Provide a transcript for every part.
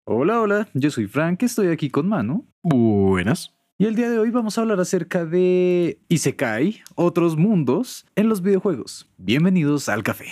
Hola, hola, yo soy Frank, estoy aquí con Manu Buenas. y el día de hoy vamos a hablar acerca de Isekai, otros mundos en los videojuegos. Bienvenidos al café.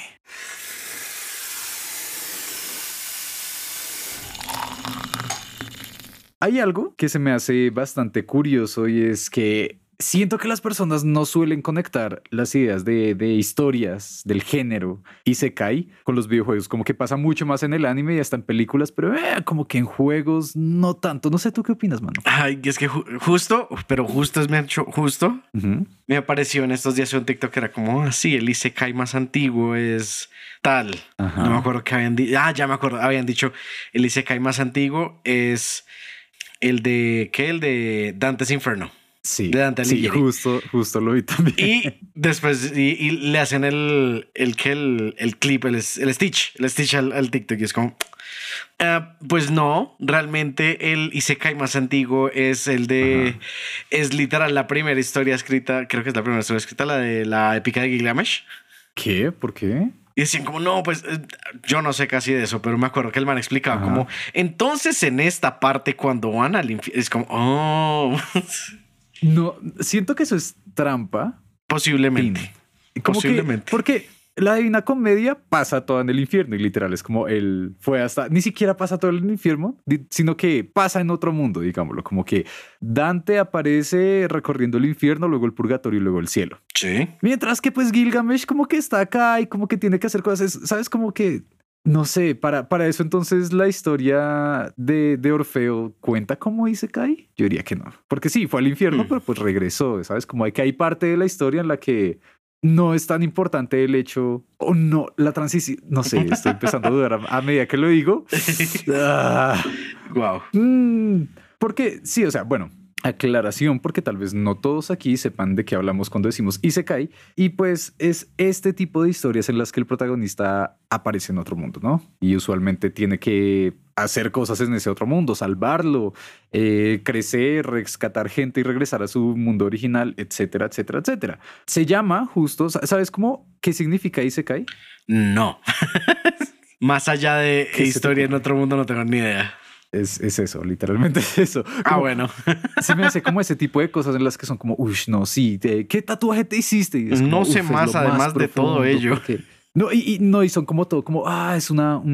Hay algo que se me hace bastante curioso y es que siento que las personas no suelen conectar las ideas de historias del género Isekai con los videojuegos. Como que pasa mucho más en el anime y hasta en películas, pero como que en juegos no tanto. No sé, ¿tú qué opinas, mano? Ay, es que justo Ujú. me apareció en estos días un TikTok que era como, sí, el Isekai más antiguo es tal. No me Ajá. acuerdo qué habían dicho. Ya me acuerdo. Habían dicho, el Isekai más antiguo es el de Dante's Inferno, de Sí, Dante sí, Alighieri. justo lo vi también. Y después y le hacen el clip, el Stitch al TikTok y es como... pues no, realmente el Isekai más antiguo es el de... Ajá. Es literal la primera historia escrita, creo que es la primera historia escrita, la de la épica de Gilgamesh. ¿Qué? ¿Por qué? Y decían como, no, pues yo no sé casi de eso, pero me acuerdo que el man explicaba como, Ajá. entonces en esta parte cuando van al infierno, es como, oh, No, siento que eso es trampa. posiblemente, Tin. Como que, posiblemente. porque la Divina Comedia pasa toda en el infierno y literal es como él fue hasta, ni siquiera pasa todo en el infierno, sino que pasa en otro mundo, digámoslo, como que Dante aparece recorriendo el infierno, luego el purgatorio y luego el cielo. Sí. Mientras que pues Gilgamesh como que está acá y como que tiene que hacer cosas, ¿sabes? Como que, no sé, para eso entonces la historia de Orfeo cuenta como Isekai. Yo diría que no, porque sí, fue al infierno, Hmm. pero pues regresó, ¿sabes? Como hay que hay parte de la historia en la que no es tan importante el hecho o no, la transición, no sé, estoy empezando a dudar a medida que lo digo. Ah. Wow. Mm, porque sí, o sea, bueno, aclaración, porque tal vez no todos aquí sepan de qué hablamos cuando decimos Isekai, y pues es este tipo de historias en las que el protagonista aparece en otro mundo, ¿no? Y usualmente tiene que hacer cosas en ese otro mundo, salvarlo, crecer, rescatar gente y regresar a su mundo original, etcétera, etcétera, etcétera. Se llama justo, ¿sabes cómo? ¿Qué significa Isekai? No. Más allá de ¿Qué se te historia en ocurre? otro mundo, no tengo ni idea. Es eso, literalmente es eso. Ah, Como bueno. se me hace como ese tipo de cosas en las que son como, uff, no, sí, ¿qué tatuaje te hiciste? Y es como, No sé uff, es lo más más además de todo profundo, ello. porque... No, y no, y son como todo, como, es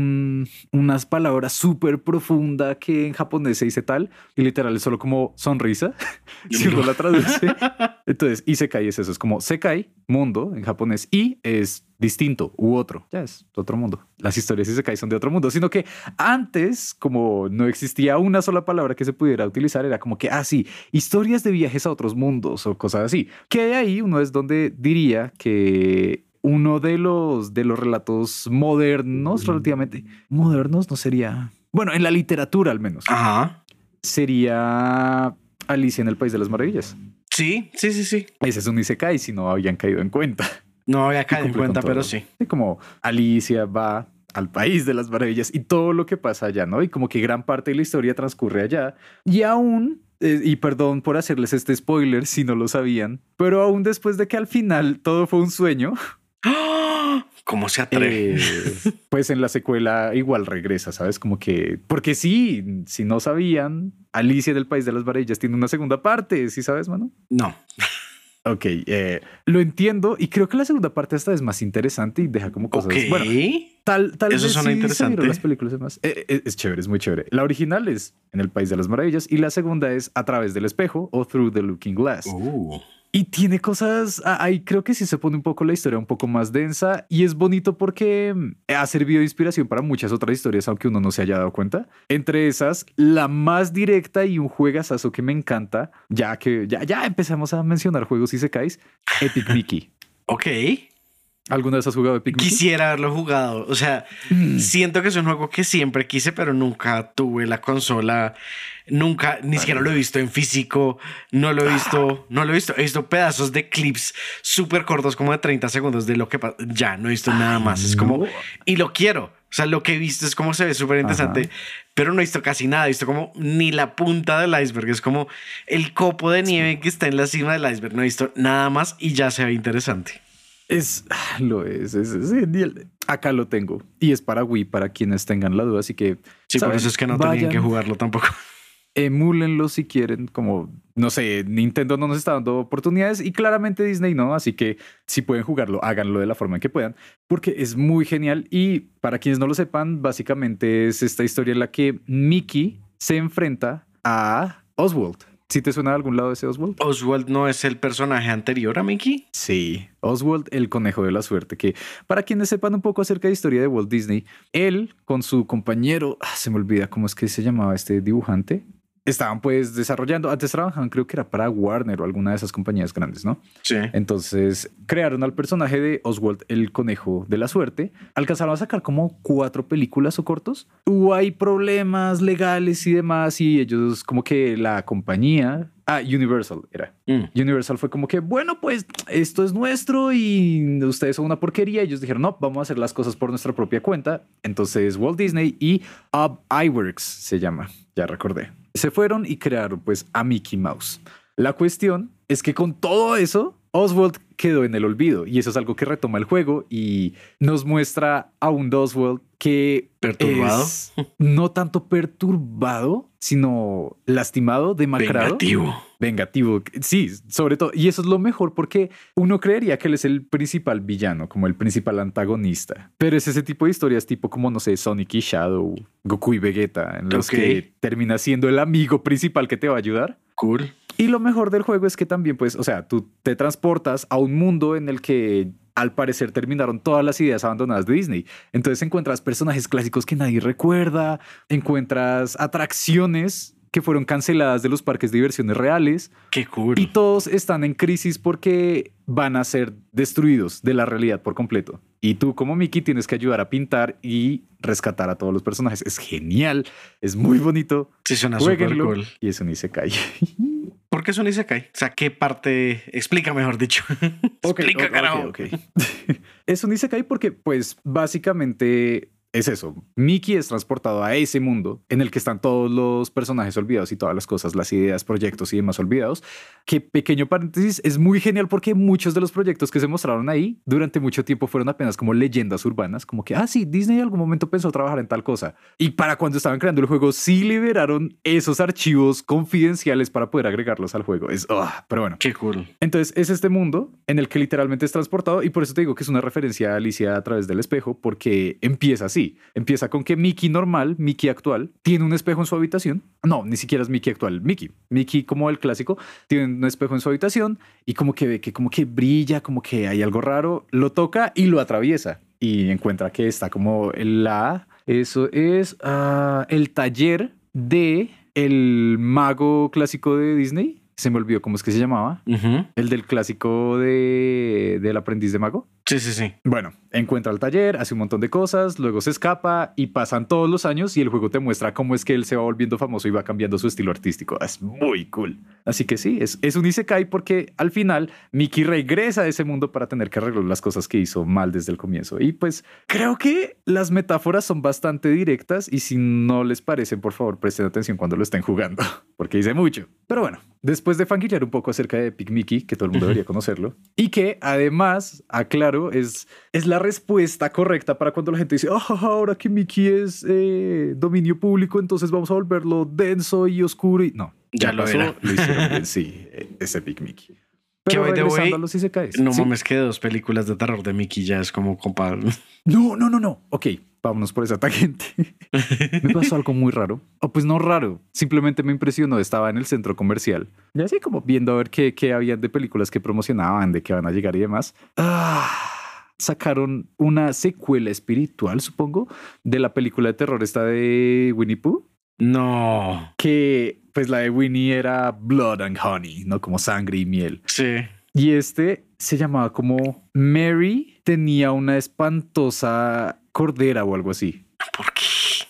unas palabras súper profunda que en japonés se dice tal, y literal es solo como sonrisa, si No. uno la traduce. Entonces, isekai es eso, es como sekai, mundo en japonés, y es distinto u otro, ya es otro mundo. Las historias isekai son de otro mundo, sino que antes, como no existía una sola palabra que se pudiera utilizar, era como que, sí, historias de viajes a otros mundos o cosas así. Que de ahí uno es donde diría que uno de los relatos modernos, relativamente modernos, no sería, bueno, en la literatura al menos, Ajá. sería Alicia en el País de las Maravillas. Sí, sí, sí, sí. Ese es un isekai si no habían caído en cuenta No había y caído en cumple con cuenta, pero todo. sí. Y como Alicia va al País de las Maravillas y todo lo que pasa allá, ¿no? Y como que gran parte de la historia transcurre allá. Y aún, y perdón por hacerles este spoiler si no lo sabían, pero aún después de que al final todo fue un sueño, ¡Ah! ¿Cómo se atreve? pues en la secuela igual regresa, ¿sabes? Como que, porque sí, si no sabían, Alicia del País de las Maravillas tiene una segunda parte, ¿sí sabes, mano? No. Ok, lo entiendo y creo que la segunda parte esta es más interesante y deja como Ok. cosas, bueno, tal Eso vez suena sí se vieron las interesante. películas y demás. Es chévere, es muy chévere. La original es En el País de las Maravillas y la segunda es A través del espejo o Through the Looking Glass. Uh. Y tiene cosas, ahí creo que sí se pone un poco la historia un poco más densa y es bonito porque ha servido de inspiración para muchas otras historias, aunque uno no se haya dado cuenta. Entre esas, la más directa y un juegazazo que me encanta, ya que ya empezamos a mencionar juegos isekais, Epic Mickey. Ok. ¿Alguna vez has jugado Epic Mickey? Quisiera haberlo jugado. O sea, Mm. siento que es un juego que siempre quise, pero nunca tuve la consola. Nunca, ni siquiera lo he Válido. visto en físico. No lo he visto, no lo he visto. He visto pedazos de clips súper cortos, como de 30 segundos de lo que pasa. Ya no he visto nada Ay, más. Es como, no. y lo quiero. O sea, lo que he visto es como se ve súper Ajá. interesante, pero no he visto casi nada. He visto como ni la punta del iceberg. Es como el copo de Sí. nieve que está en la cima del iceberg. No he visto nada más y ya se ve interesante. Es genial. Acá lo tengo. Y es para Wii, para quienes tengan la duda. Así que, Sí, por ¿saben? eso es que no tenían que jugarlo tampoco. Emúlenlo si quieren, como, no sé, Nintendo no nos está dando oportunidades y claramente Disney no, así que si pueden jugarlo, háganlo de la forma en que puedan, porque es muy genial y para quienes no lo sepan, básicamente es esta historia en la que Mickey se enfrenta a Oswald. ¿Sí te suena de algún lado ese Oswald? Oswald no es el personaje anterior a Mickey. Sí, Oswald, el conejo de la suerte, que para quienes sepan un poco acerca de la historia de Walt Disney, él con su compañero, se me olvida cómo es que se llamaba este dibujante, estaban pues desarrollando, antes trabajaban creo que era para Warner o alguna de esas compañías grandes, ¿no? Sí. Entonces crearon al personaje de Oswald, el conejo de la suerte, alcanzaron a sacar como 4 películas o cortos, hubo ahí problemas legales y demás y ellos como que la compañía... Universal era. Universal fue como que, bueno, pues esto es nuestro y ustedes son una porquería. Ellos dijeron, no, vamos a hacer las cosas por nuestra propia cuenta. Entonces Walt Disney y iWorks se llama, ya recordé. Se fueron y crearon pues a Mickey Mouse. La cuestión es que con todo eso, Oswald quedó en el olvido y eso es algo que retoma el juego y nos muestra a un Oswald que perturbado, es no tanto perturbado, sino lastimado, demacrado. Vengativo, sí, sobre todo. Y eso es lo mejor porque uno creería que él es el principal villano, como el principal antagonista. Pero es ese tipo de historias tipo como, no sé, Sonic y Shadow, Goku y Vegeta, en los que termina siendo el amigo principal que te va a ayudar. Cool. Y lo mejor del juego es que también, pues, o sea, tú te transportas a un mundo en el que al parecer terminaron todas las ideas abandonadas de Disney. Entonces encuentras personajes clásicos que nadie recuerda, encuentras atracciones que fueron canceladas de los parques de diversiones reales. ¡Qué cool! Y todos están en crisis porque van a ser destruidos de la realidad por completo. Y tú como Mickey tienes que ayudar a pintar y rescatar a todos los personajes. Es genial, es muy bonito. Sí, suena súper cool. Y es un isekai. ¿Por qué es un isekai? O sea, ¿qué parte? Explica, mejor dicho. Explica, carajo. Okay. Es un isekai porque, pues, básicamente... es eso. Mickey es transportado a ese mundo en el que están todos los personajes olvidados y todas las cosas, las ideas, proyectos y demás olvidados. Que, pequeño paréntesis, es muy genial porque muchos de los proyectos que se mostraron ahí durante mucho tiempo fueron apenas como leyendas urbanas, como que, sí, Disney en algún momento pensó trabajar en tal cosa. Y para cuando estaban creando el juego, sí liberaron esos archivos confidenciales para poder agregarlos al juego. Pero bueno. Qué cool. Entonces, es este mundo en el que literalmente es transportado y por eso te digo que es una referencia a Alicia a través del espejo, porque empieza así. Empieza con que Mickey normal, Mickey actual, tiene un espejo en su habitación. No, ni siquiera es Mickey actual. Mickey como el clásico, tiene un espejo en su habitación y como que ve que como que brilla, como que hay algo raro, lo toca y lo atraviesa y encuentra que está como eso es el taller de el mago clásico de Disney. Se me olvidó cómo es que se llamaba. El del clásico del aprendiz de mago. Sí. Bueno, encuentra el taller, hace un montón de cosas, luego se escapa y pasan todos los años y el juego te muestra cómo es que él se va volviendo famoso y va cambiando su estilo artístico. Es muy cool. Así que sí, es un isekai porque al final Mickey regresa a ese mundo para tener que arreglar las cosas que hizo mal desde el comienzo. Y pues creo que las metáforas son bastante directas y si no les parecen, por favor, presten atención cuando lo estén jugando, porque dice mucho. Pero bueno, después de fanguillar un poco acerca de Epic Mickey, que todo el mundo debería conocerlo, y que además, aclaro, es la respuesta correcta para cuando la gente dice, ahora que Mickey es dominio público, entonces vamos a volverlo denso y oscuro. Y no, ya lo pasó, era. Lo hicieron bien, sí, es Epic Mickey. Pero by the way, regresando a los isekais. No ¿sí? mames, que 2 películas de terror de Mickey ya es como compadre. No. Ok, vámonos por esa tangente. Me pasó algo muy raro. Pues no raro, simplemente me impresionó. Estaba en el centro comercial y así como viendo a ver qué habían de películas que promocionaban, de qué van a llegar y demás. Sacaron una secuela espiritual, supongo, de la película de terror esta de Winnie Pooh. No. Que pues la de Winnie era Blood and Honey, ¿no? Como sangre y miel. Sí. Y este se llamaba como Mary tenía una espantosa cordera o algo así. ¿Por qué?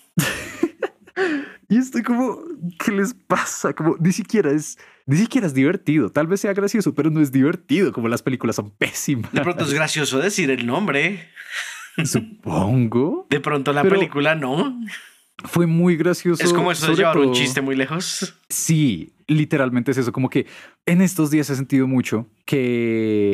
Y estoy como, ¿qué les pasa? Como ni siquiera es divertido. Tal vez sea gracioso, pero no es divertido. Como las películas son pésimas. De pronto es gracioso decir el nombre. Supongo. De pronto la película no. Fue muy gracioso. Es como eso de llevar un chiste muy lejos. Sí, literalmente es eso. Como que en estos días he sentido mucho que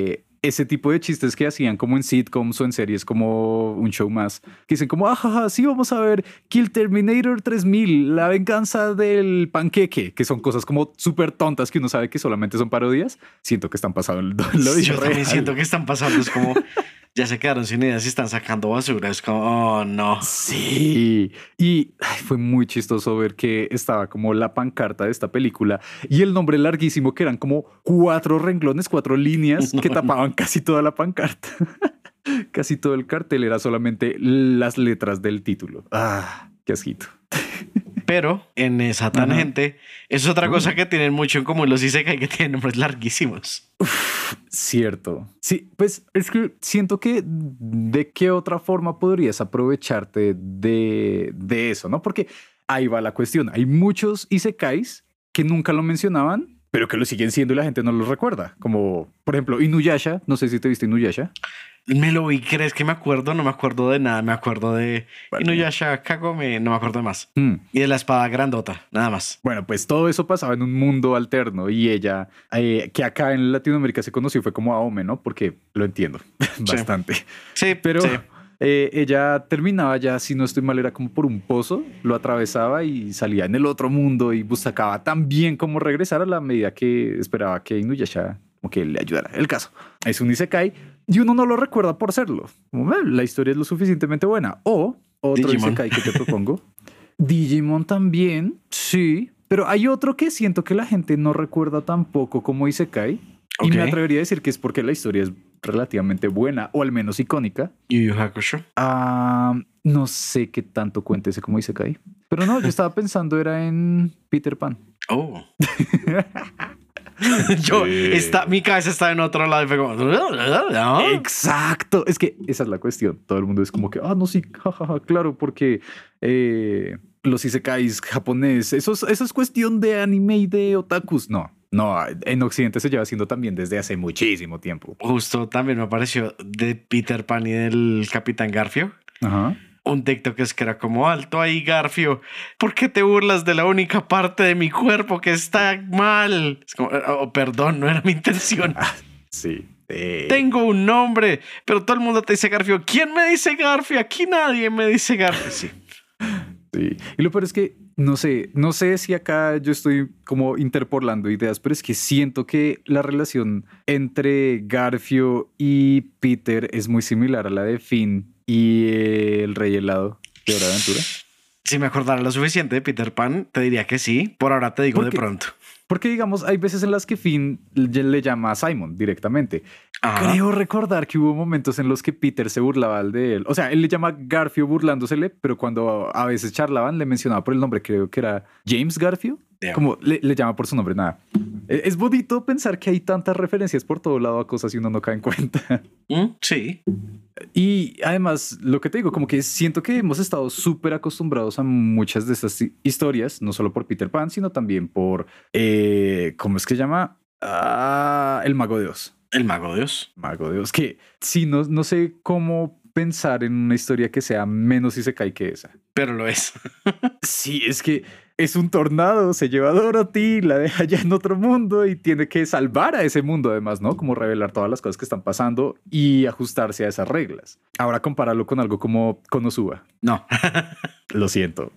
ese tipo de chistes que hacían como en sitcoms o en series como Un Show Más, que dicen como, ajaja, sí, vamos a ver Kill Terminator 3000, la venganza del panqueque, que son cosas como súper tontas que uno sabe que solamente son parodias. Siento que están pasando en lo Yo también siento que están pasando, es como ya se quedaron sin ideas y están sacando basura, es como, oh no. Sí, y fue muy chistoso ver que estaba como la pancarta de esta película y el nombre larguísimo que eran como 4 renglones, 4 líneas que tapaban casi toda la pancarta. Casi todo el cartel era solamente las letras del título. Ah, qué asquito. Pero en esa tangente es otra cosa que tienen mucho en común los Isekai, que tienen nombres larguísimos. Cierto. Sí, pues es que siento que de qué otra forma podrías aprovecharte de eso, ¿no? Porque ahí va la cuestión. Hay muchos isekais que nunca lo mencionaban, pero que lo siguen siendo y la gente no los recuerda. Como, por ejemplo, Inuyasha. No sé si te viste Inuyasha. Me lo vi, ¿crees que me acuerdo? No me acuerdo de nada. Me acuerdo de Inuyasha, Kagome, no me acuerdo de más. Y de la espada grandota, nada más. Bueno, pues todo eso pasaba en un mundo alterno y ella, que acá en Latinoamérica se conoció, fue como Aome, ¿no? Porque lo entiendo bastante. Sí, pero sí. ella terminaba ya, si no estoy mal, era como por un pozo, lo atravesaba y salía en el otro mundo y buscaba tan bien como regresar a la medida que esperaba que Inuyasha como que le ayudara. El caso es un isekai y uno no lo recuerda por serlo. Como, la historia es lo suficientemente buena. O otro Digimon. isekai que te propongo. Digimon también, sí. Pero hay otro que siento que la gente no recuerda tampoco como isekai. Y me atrevería a decir que es porque la historia es relativamente buena o al menos icónica. Yu Yu Hakusho. No sé qué tanto cuente ese como isekai. Pero no, yo estaba pensando era en Peter Pan. Oh. Mi cabeza está en otro lado y fue como... Exacto. Es que esa es la cuestión. Todo el mundo es como que, no, sí, jajaja, claro, porque los isekais japonés, eso es cuestión de anime y de otakus. No, en Occidente se lleva haciendo también desde hace muchísimo tiempo. Justo también me apareció de Peter Pan y del Capitán Garfio. Ajá. Un TikTok que era como, alto ahí, Garfio, ¿por qué te burlas de la única parte de mi cuerpo que está mal? Es como, perdón, no era mi intención. Sí. Tengo un nombre, pero todo el mundo te dice Garfio. ¿Quién me dice Garfio? Aquí nadie me dice Garfio. Sí. Sí. Y lo peor es que no sé si acá yo estoy como interpolando ideas, pero es que siento que la relación entre Garfio y Peter es muy similar a la de Finn y el Rey Helado de Hora de Aventura. Si me acordara lo suficiente de Peter Pan, te diría que sí. Por ahora te digo de pronto. Porque, digamos, hay veces en las que Finn le llama a Simon directamente. Ajá. Creo recordar que hubo momentos en los que Peter se burlaba de él. O sea, él le llama Garfio burlándosele, pero cuando a veces charlaban le mencionaba por el nombre. Creo que era James Garfio. Yeah. Como le llama por su nombre, nada. Es bonito pensar que hay tantas referencias por todo lado a cosas y uno no cae en cuenta. Sí. Y además, lo que te digo, como que siento que hemos estado súper acostumbrados a muchas de estas historias, no solo por Peter Pan, sino también por, ¿cómo es que se llama? El Mago de Oz. El Mago de Oz. Mago de Oz, que sí, no sé cómo pensar en una historia que sea menos isekai que esa. Pero lo es. Sí, es que es un tornado, se lleva a Dorothy, la deja ya en otro mundo y tiene que salvar a ese mundo además, ¿no? Como revelar todas las cosas que están pasando y ajustarse a esas reglas. Ahora compáralo con algo como Konosuba. No. Lo siento.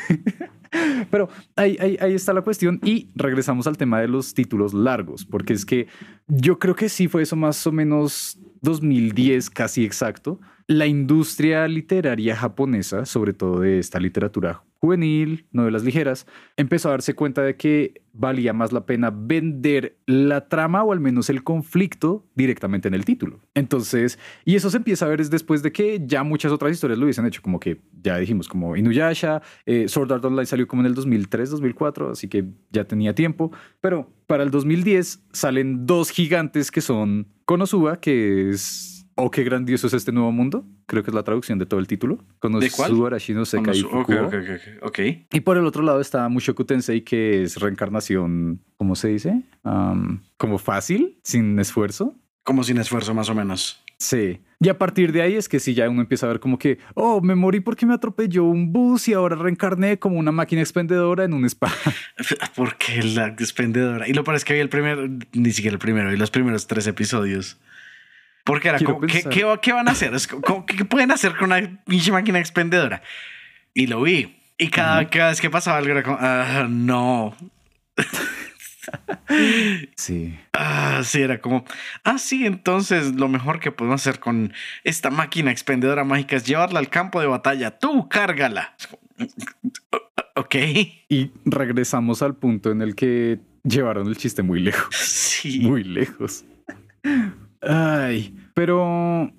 Pero ahí está la cuestión y regresamos al tema de los títulos largos, porque es que yo creo que sí fue eso más o menos 2010, casi exacto. La industria literaria japonesa, sobre todo de esta literatura juvenil, novelas ligeras, empezó a darse cuenta de que valía más la pena vender la trama o al menos el conflicto directamente en el título. Entonces, y eso se empieza a ver es después de que ya muchas otras historias lo hubiesen hecho, como que ya dijimos, como Inuyasha, Sword Art Online salió como en el 2003, 2004, así que ya tenía tiempo, pero para el 2010 salen 2 gigantes que son Konosuba, que es... ¡Oh, qué grandioso es este nuevo mundo! Creo que es la traducción de todo el título. Konosuba Arashi no Sekai Fukuo. Ok. Y por el otro lado está Mushoku Tensei, que es reencarnación, ¿cómo se dice? Como fácil, sin esfuerzo. Como sin esfuerzo, más o menos. Sí. Y a partir de ahí es que sí, ya uno empieza a ver como que, me morí porque me atropelló un bus y ahora reencarné como una máquina expendedora en un spa. ¿Por qué la expendedora? Y lo parece que había ni siquiera el primero, y los primeros 3 episodios. Porque era Quiero como, pensar. ¿qué van a hacer? ¿Qué pueden hacer con una pinche máquina expendedora? Y lo vi. Y cada vez que pasaba algo era como, no. Sí. Sí, era como, sí, entonces lo mejor que podemos hacer con esta máquina expendedora mágica es llevarla al campo de batalla. Tú cárgala. Ok. Y regresamos al punto en el que llevaron el chiste muy lejos. Sí. Muy lejos. Ay, pero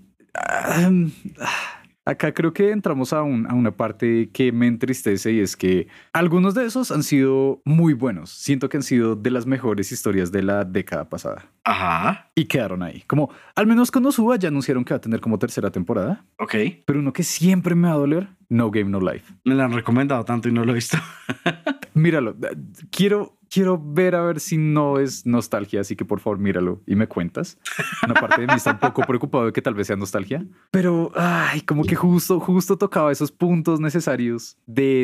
acá creo que entramos a una parte que me entristece y es que algunos de esos han sido muy buenos. Siento que han sido de las mejores historias de la década pasada. Ajá. Y quedaron ahí. Como, al menos con Konosuba ya anunciaron que va a tener como tercera temporada. Ok. Pero uno que siempre me va a doler, No Game No Life. Me la han recomendado tanto y no lo he visto. Míralo. Quiero ver a ver si no es nostalgia, así que por favor míralo y me cuentas. Una parte de mí está un poco preocupado de que tal vez sea nostalgia, pero como que justo tocaba esos puntos necesarios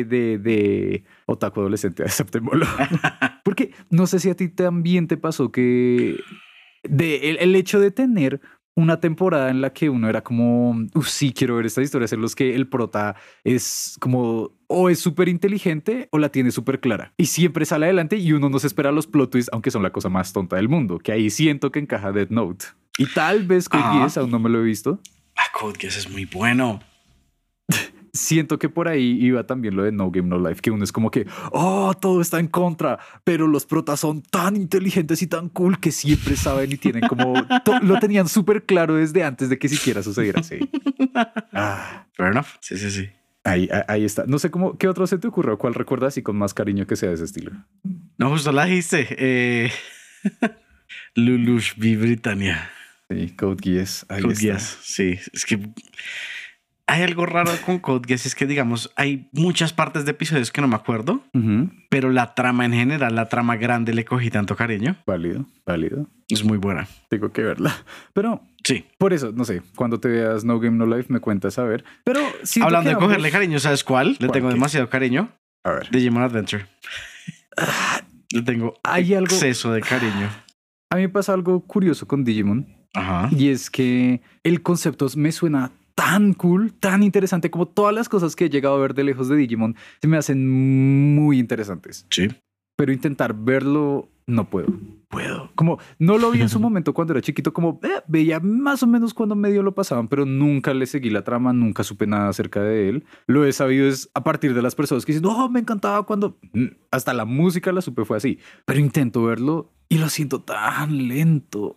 de otaku adolescente, aceptémoslo. Porque no sé si a ti también te pasó que el hecho de tener una temporada en la que uno era como, sí, quiero ver estas historias en los que el prota es como o es súper inteligente o la tiene súper clara y siempre sale adelante y uno no se espera los plot twists, aunque son la cosa más tonta del mundo, que ahí siento que encaja Death Note. Y tal vez Code Geass, aún no me lo he visto. Code Geass es muy bueno. Siento que por ahí iba también lo de No Game No Life, que uno es como que, todo está en contra, pero los protas son tan inteligentes y tan cool que siempre saben y tienen como, lo tenían súper claro desde antes de que siquiera sucediera así. Fair enough. Sí. Ahí está. No sé qué otro se te ocurrió, cuál recuerdas y con más cariño que sea de ese estilo. No, justo la dijiste. Lelouch v Britannia. Sí, Code Geass. Code Geass, sí. Es que hay algo raro con Code Geass, es que digamos, hay muchas partes de episodios que no me acuerdo, pero la trama en general, la trama grande, le cogí tanto cariño. Válido. Es muy buena. Tengo que verla. Pero sí, por eso, no sé, cuando te veas No Game No Life me cuentas a ver. Pero hablando de cogerle cariño, ¿sabes cuál? Le tengo demasiado cariño. A ver. Digimon Adventure. Le tengo exceso de cariño. A mí me pasa algo curioso con Digimon. Ajá. Y es que el concepto me suena tan cool, tan interesante, como todas las cosas que he llegado a ver de lejos de Digimon se me hacen muy interesantes. Sí. Pero intentar verlo no puedo. Como no lo vi en su momento cuando era chiquito, como veía más o menos cuando medio lo pasaban, pero nunca le seguí la trama, nunca supe nada acerca de él. Lo he sabido es a partir de las personas que dicen, me encantaba cuando hasta la música la supe, fue así. Pero intento verlo y lo siento tan lento.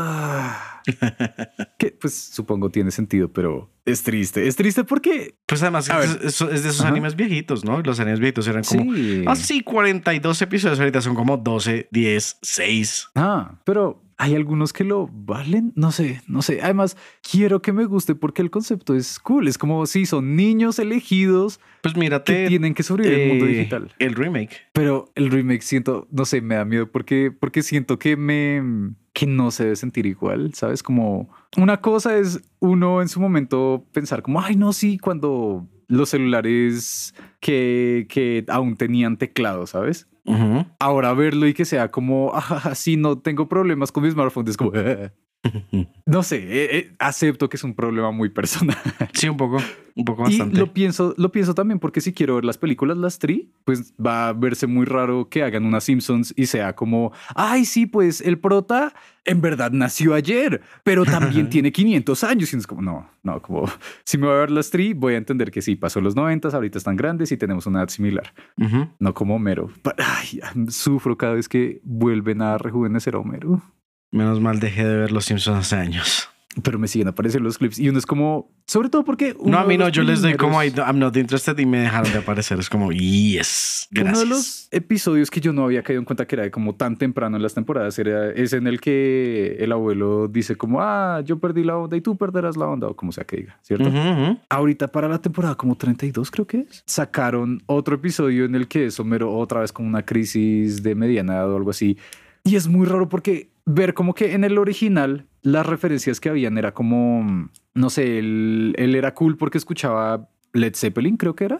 Que pues supongo tiene sentido, pero es triste. Es triste porque... Pues además es de esos animes viejitos, ¿no? Los animes viejitos eran como... Sí. 42 episodios. Ahorita son como 12, 10, 6. Pero hay algunos que lo valen. No sé. Además, quiero que me guste porque el concepto es cool. Es como si son niños elegidos. Pues mírate. Que tienen que sobrevivir en el mundo digital. El remake. Pero el remake siento, no sé, me da miedo porque siento que no se debe sentir igual, ¿sabes? Como una cosa es uno en su momento pensar como, no, sí, cuando los celulares que aún tenían teclado, ¿sabes? Ahora verlo y que sea como, sí, no tengo problemas con mi smartphone, es como, no sé, acepto que es un problema muy personal. Sí, un poco bastante. Y lo pienso también porque si quiero ver las películas, las Tree, pues va a verse muy raro que hagan una Simpsons y sea como, sí, pues el prota en verdad nació ayer, pero también tiene 500 años. Y es como, no, como si me voy a ver las Tree, voy a entender que sí, pasó los 90, ahorita están grandes y tenemos una edad similar. No como Homero. Sufro cada vez que vuelven a rejuvenecer a Homero. Menos mal dejé de ver Los Simpsons hace años. Pero me siguen apareciendo los clips y uno es como, sobre todo porque... No, a mí no, yo les doy como I'm not interested y me dejaron de aparecer. Es como, yes, gracias. Uno de los episodios que yo no había caído en cuenta que era de como tan temprano en las temporadas es en el que el abuelo dice como, yo perdí la onda y tú perderás la onda, o como sea que diga, ¿cierto? Ahorita para la temporada como 32 creo que es, sacaron otro episodio en el que es Homero otra vez con una crisis de mediana edad o algo así. Y es muy raro porque ver como que en el original las referencias que habían era como, no sé, él era cool porque escuchaba Led Zeppelin, creo que era.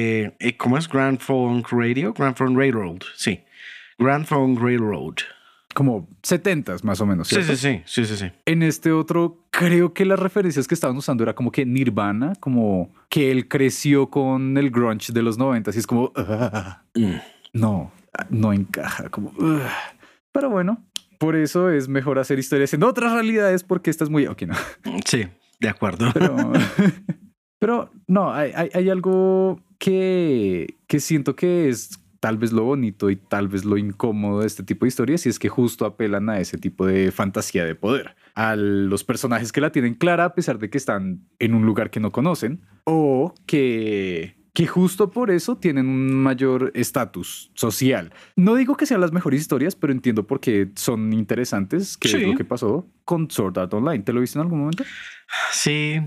¿Cómo es? Grand Funk Radio? Grand Funk Railroad, sí. Grand Funk Railroad. como 70s más o menos, Sí, ¿cierto? sí. En este otro, creo que las referencias que estaban usando era como que Nirvana, como que él creció con el grunge de los 90s y es como, no, no encaja, como, pero bueno, por eso es mejor hacer historias en otras realidades porque esta es muy, ok, no. Sí, de acuerdo. Pero no, hay algo que siento que es tal vez lo bonito y tal vez lo incómodo de este tipo de historias, y es que justo apelan a ese tipo de fantasía de poder, a los personajes que la tienen clara a pesar de que están en un lugar que no conocen, o que justo por eso tienen un mayor estatus social. No digo que sean las mejores historias, pero entiendo por qué son interesantes, que Sí. es lo que pasó con Sword Art Online. ¿Te lo viste en algún momento? Sí.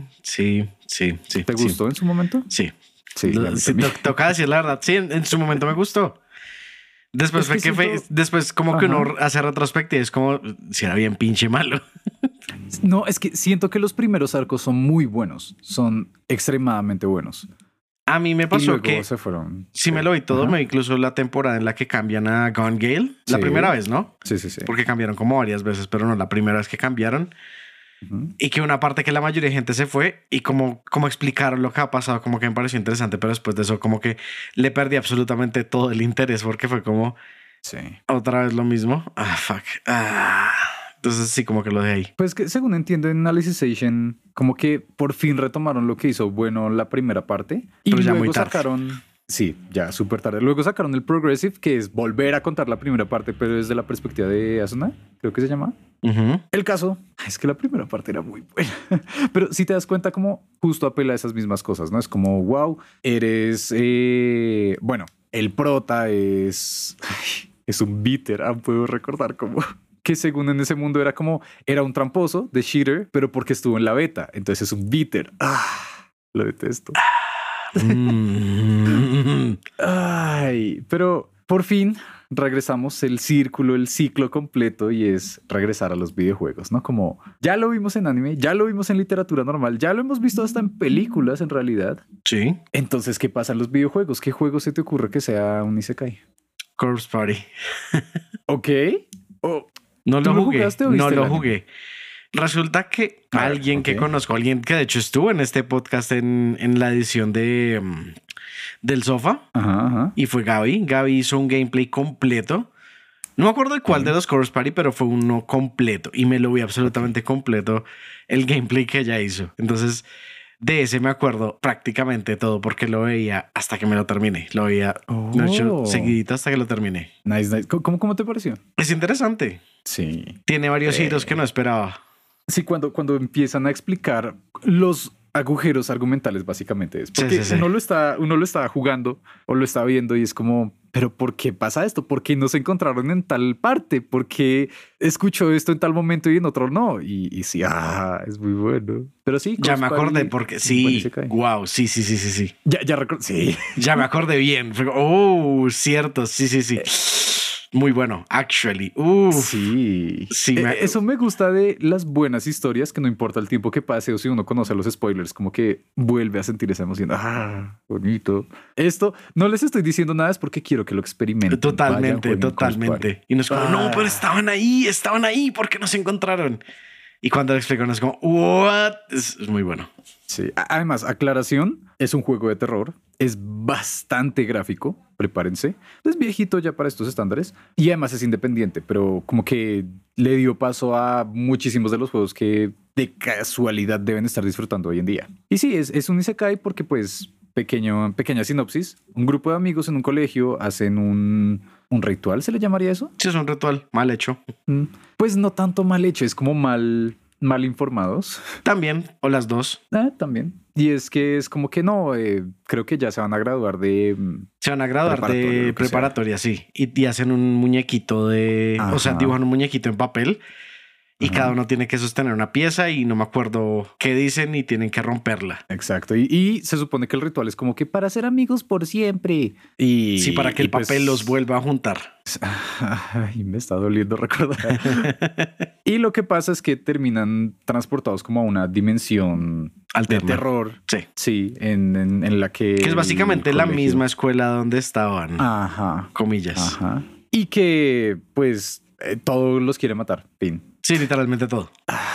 ¿Te gustó en su momento? Sí. Sí, a mí Sí, también. toca decir la verdad. Sí, en su momento me gustó. Después Es que siento- después como que uno hace retrospectiva, es como si era bien pinche malo. No, es que siento que los primeros arcos son muy buenos, son extremadamente buenos. A mí me Y pasó luego que se fueron. sí me lo vi todo, Ajá. me vi incluso la temporada en la que cambian a Gone Gale, la Sí. primera vez, ¿no? Sí. Porque cambiaron como varias veces, pero no, la primera vez que cambiaron. Ujú. Y que una parte que la mayoría de gente se fue y como explicaron lo que ha pasado, como que me pareció interesante, pero después de eso como que le perdí absolutamente todo el interés porque fue como Sí. otra vez lo mismo. Fuck. Entonces sí, como que lo dejé ahí. Pues que según entiendo en Alicization, como que por fin retomaron lo que hizo bueno la primera parte. Y Pero ya luego muy tarde. sacaron. Sí, ya súper tarde. Luego sacaron el Progressive, que es volver a contar la primera parte, pero desde la perspectiva de Asuna, creo que se llama. Ujú. El caso es que la primera parte era muy buena, pero si te das cuenta como justo apela a esas mismas cosas, ¿no? Es como, wow, eres, bueno, el prota es un bitter, puedo recordar como que según en ese mundo era un tramposo de cheater, pero porque estuvo en la beta, entonces es un bitter. Lo detesto. Ay, pero por fin regresamos el ciclo completo y es regresar a los videojuegos, ¿no? Como ya lo vimos en anime, ya lo vimos en literatura normal, ya lo hemos visto hasta en películas en realidad. Sí. Entonces, ¿qué pasa en los videojuegos? ¿Qué juego se te ocurre que sea un isekai? Corpse Party. Ok. Oh, No ¿tú lo lo jugué. jugaste o No viste el lo anime? jugué. Resulta que A ver, alguien que ok. conozco, alguien que de hecho estuvo en este podcast en la edición de del sofá, Ajá. y fue Gaby. Gaby hizo un gameplay completo. No me acuerdo de cuál de los Corpse Party, pero fue uno completo y me lo vi absolutamente completo el gameplay que ella hizo. Entonces, de ese me acuerdo prácticamente todo porque lo veía hasta que me lo terminé. Lo veía de hecho, seguidito hasta que lo terminé. Nice. ¿Cómo te pareció? Es interesante. Sí. Tiene varios giros que no esperaba. Sí, cuando empiezan a explicar los agujeros argumentales, básicamente es porque Sí. uno lo está jugando o lo está viendo y es como, pero ¿por qué pasa esto? ¿Por qué no se encontraron en tal parte? ¿Por qué escuchó esto en tal momento y en otro no? Y sí, es muy bueno. Pero sí, Ya me Corpse acordé Party, porque buen sí. isekai. Wow, sí. Ya recuerdo, sí. Ya me acordé bien. Fue cierto. Sí. Muy bueno, actually. Sí. Sí, Eso me gusta de las buenas historias, que no importa el tiempo que pase o si uno conoce los spoilers, como que vuelve a sentir esa emoción. Bonito. Esto no les estoy diciendo nada, es porque quiero que lo experimenten. Totalmente. Vayan, jueguen Corpse Party. Y no es como, no, pero estaban ahí, ¿por qué no se encontraron? Y cuando lo explican es como, what? Es muy bueno. Sí. Además, aclaración, es un juego de terror, es bastante gráfico, prepárense. Es viejito ya para estos estándares y además es independiente, pero como que le dio paso a muchísimos de los juegos que de casualidad deben estar disfrutando hoy en día. Y sí, es un isekai porque pues pequeña sinopsis, un grupo de amigos en un colegio hacen un ritual, ¿se le llamaría eso? Sí, es un ritual mal hecho. Pues no tanto mal hecho, es como mal informados. También, o las dos. También. Y es que es como que no, creo que ya se van a graduar de... Se van a graduar Preparatoria, de lo que sea. preparatoria, sí. Y hacen un muñequito o sea, Ajá. dibujan un muñequito en papel y Ajá. cada uno tiene que sostener una pieza y no me acuerdo qué dicen y tienen que romperla. Exacto. Y se supone que el ritual es como que para ser amigos por siempre. Y Sí, para que el pues, papel los vuelva a juntar. Ay, me está doliendo recordar. Y lo que pasa es que terminan transportados como a una dimensión Alterna. de terror. Sí. Sí, en la que... Que es básicamente el la colegio- misma escuela donde estaban, Ajá. comillas. Ajá. Y que, pues, todos los quiere matar. Fin. Sí, literalmente todo.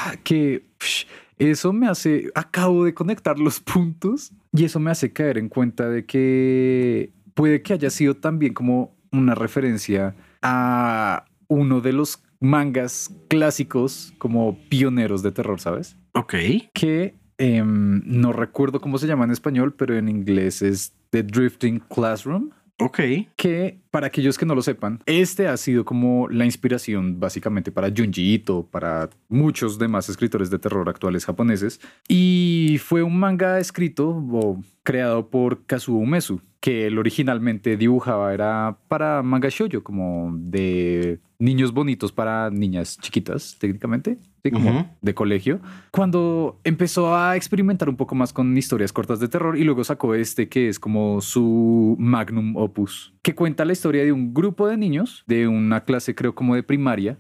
Eso me hace, acabo de conectar los puntos y eso me hace caer en cuenta de que puede que haya sido también como una referencia a uno de los mangas clásicos como pioneros de terror, ¿sabes? Ok. Que no recuerdo cómo se llama en español, pero en inglés es The Drifting Classroom. Ok. Que para aquellos que no lo sepan, este ha sido como la inspiración básicamente para Junji Ito, para muchos demás escritores de terror actuales japoneses. Y fue un manga escrito o creado por Kazuo Umezu, que él originalmente dibujaba era para manga shoujo, como de niños bonitos para niñas chiquitas, técnicamente, sí, como de colegio. Cuando empezó a experimentar un poco más con historias cortas de terror y luego sacó este que es como su magnum opus, que cuenta la historia de un grupo de niños de una clase creo como de primaria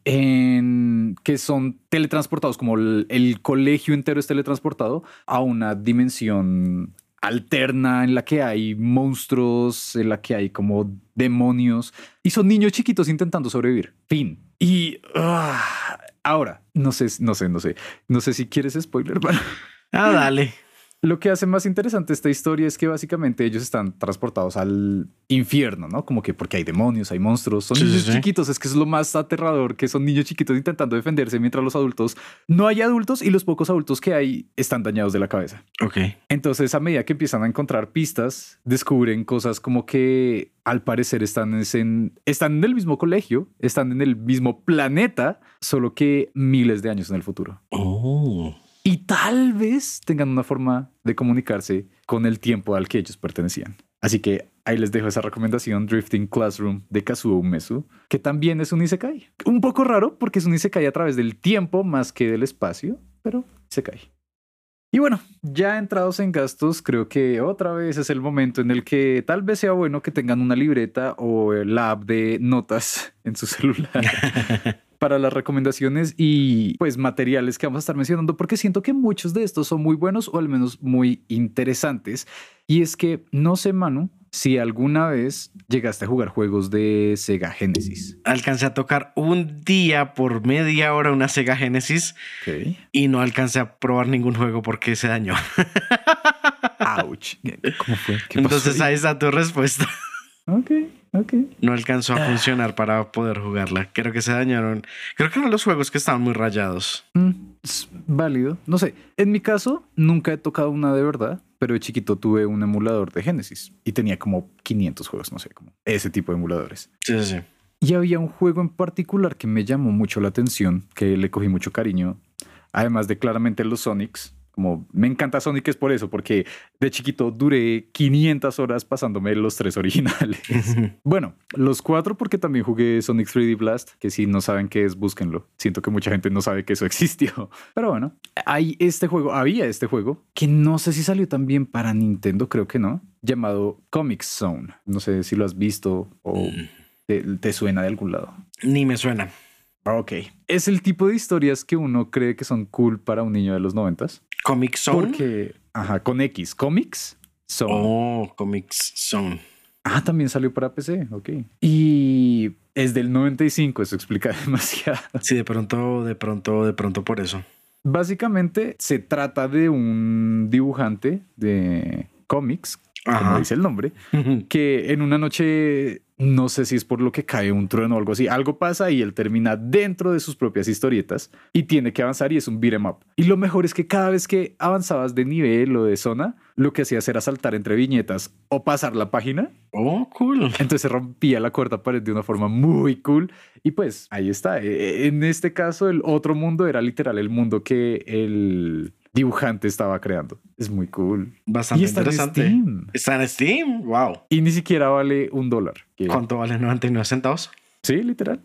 que son teletransportados, como el colegio entero es teletransportado a una dimensión alterna en la que hay monstruos, en la que hay como demonios y son niños chiquitos intentando sobrevivir. Fin. Y ahora, no sé si quieres spoiler. Dale. Lo que hace más interesante esta historia es que básicamente ellos están transportados al infierno, ¿no? Como que porque hay demonios, hay monstruos, son niños chiquitos, es que es lo más aterrador, que son niños chiquitos intentando defenderse mientras los adultos, no hay adultos y los pocos adultos que hay están dañados de la cabeza. Ok. Entonces a medida que empiezan a encontrar pistas, descubren cosas como que al parecer están en el mismo colegio, están en el mismo planeta, solo que miles de años en el futuro. Oh. Y tal vez tengan una forma de comunicarse con el tiempo al que ellos pertenecían. Así que ahí les dejo esa recomendación, Drifting Classroom de Kazuo Umezu, que también es un isekai. Un poco raro porque es un isekai a través del tiempo más que del espacio, pero isekai. Y bueno, ya entrados en gastos, creo que otra vez es el momento en el que tal vez sea bueno que tengan una libreta o la app de notas en su celular para las recomendaciones y pues materiales que vamos a estar mencionando, porque siento que muchos de estos son muy buenos o al menos muy interesantes. Y es que no sé, Manu, si alguna vez llegaste a jugar juegos de Sega Genesis. Alcancé a tocar un día por media hora una Sega Genesis y no alcancé a probar ningún juego porque se dañó. Ouch. ¿Cómo fue? Entonces ahí está tu respuesta. Ok. No alcanzó a funcionar para poder jugarla. Creo que se dañaron. Creo que eran los juegos que estaban muy rayados. Es válido. No sé. En mi caso, nunca he tocado una de verdad, pero de chiquito tuve un emulador de Genesis y tenía como 500 juegos, no sé, como ese tipo de emuladores. Sí. Y había un juego en particular que me llamó mucho la atención, que le cogí mucho cariño, además de claramente los Sonics. Como me encanta Sonic es por eso, porque de chiquito duré 500 horas pasándome los 3 originales. Bueno, los 4 porque también jugué Sonic 3D Blast, que si no saben qué es, búsquenlo. Siento que mucha gente no sabe que eso existió. Pero bueno, había este juego, que no sé si salió también para Nintendo, creo que no, llamado Comic Zone. No sé si lo has visto o te suena de algún lado. Ni me suena. Ok. Es el tipo de historias que uno cree que son cool para un niño de los 90s. Comic Zone. Porque, con X, Comics Zone. Oh, Comics Zone. También salió para PC, ok. Y es del 95, eso explica demasiado. Sí, de pronto por eso. Básicamente se trata de un dibujante de cómics, como dice el nombre, que en una noche, no sé si es por lo que cae un trueno o algo así, algo pasa y él termina dentro de sus propias historietas y tiene que avanzar y es un beat 'em up. Y lo mejor es que cada vez que avanzabas de nivel o de zona, lo que hacías era saltar entre viñetas o pasar la página. Oh, cool. Entonces se rompía la cuarta pared de una forma muy cool. Y pues ahí está. En este caso, el otro mundo era literal el mundo que el dibujante estaba creando. Es muy cool. Bastante y está interesante. En Steam. Está en Steam. Wow. Y ni siquiera vale $1. ¿Cuánto vale? 99 centavos. Sí, literal.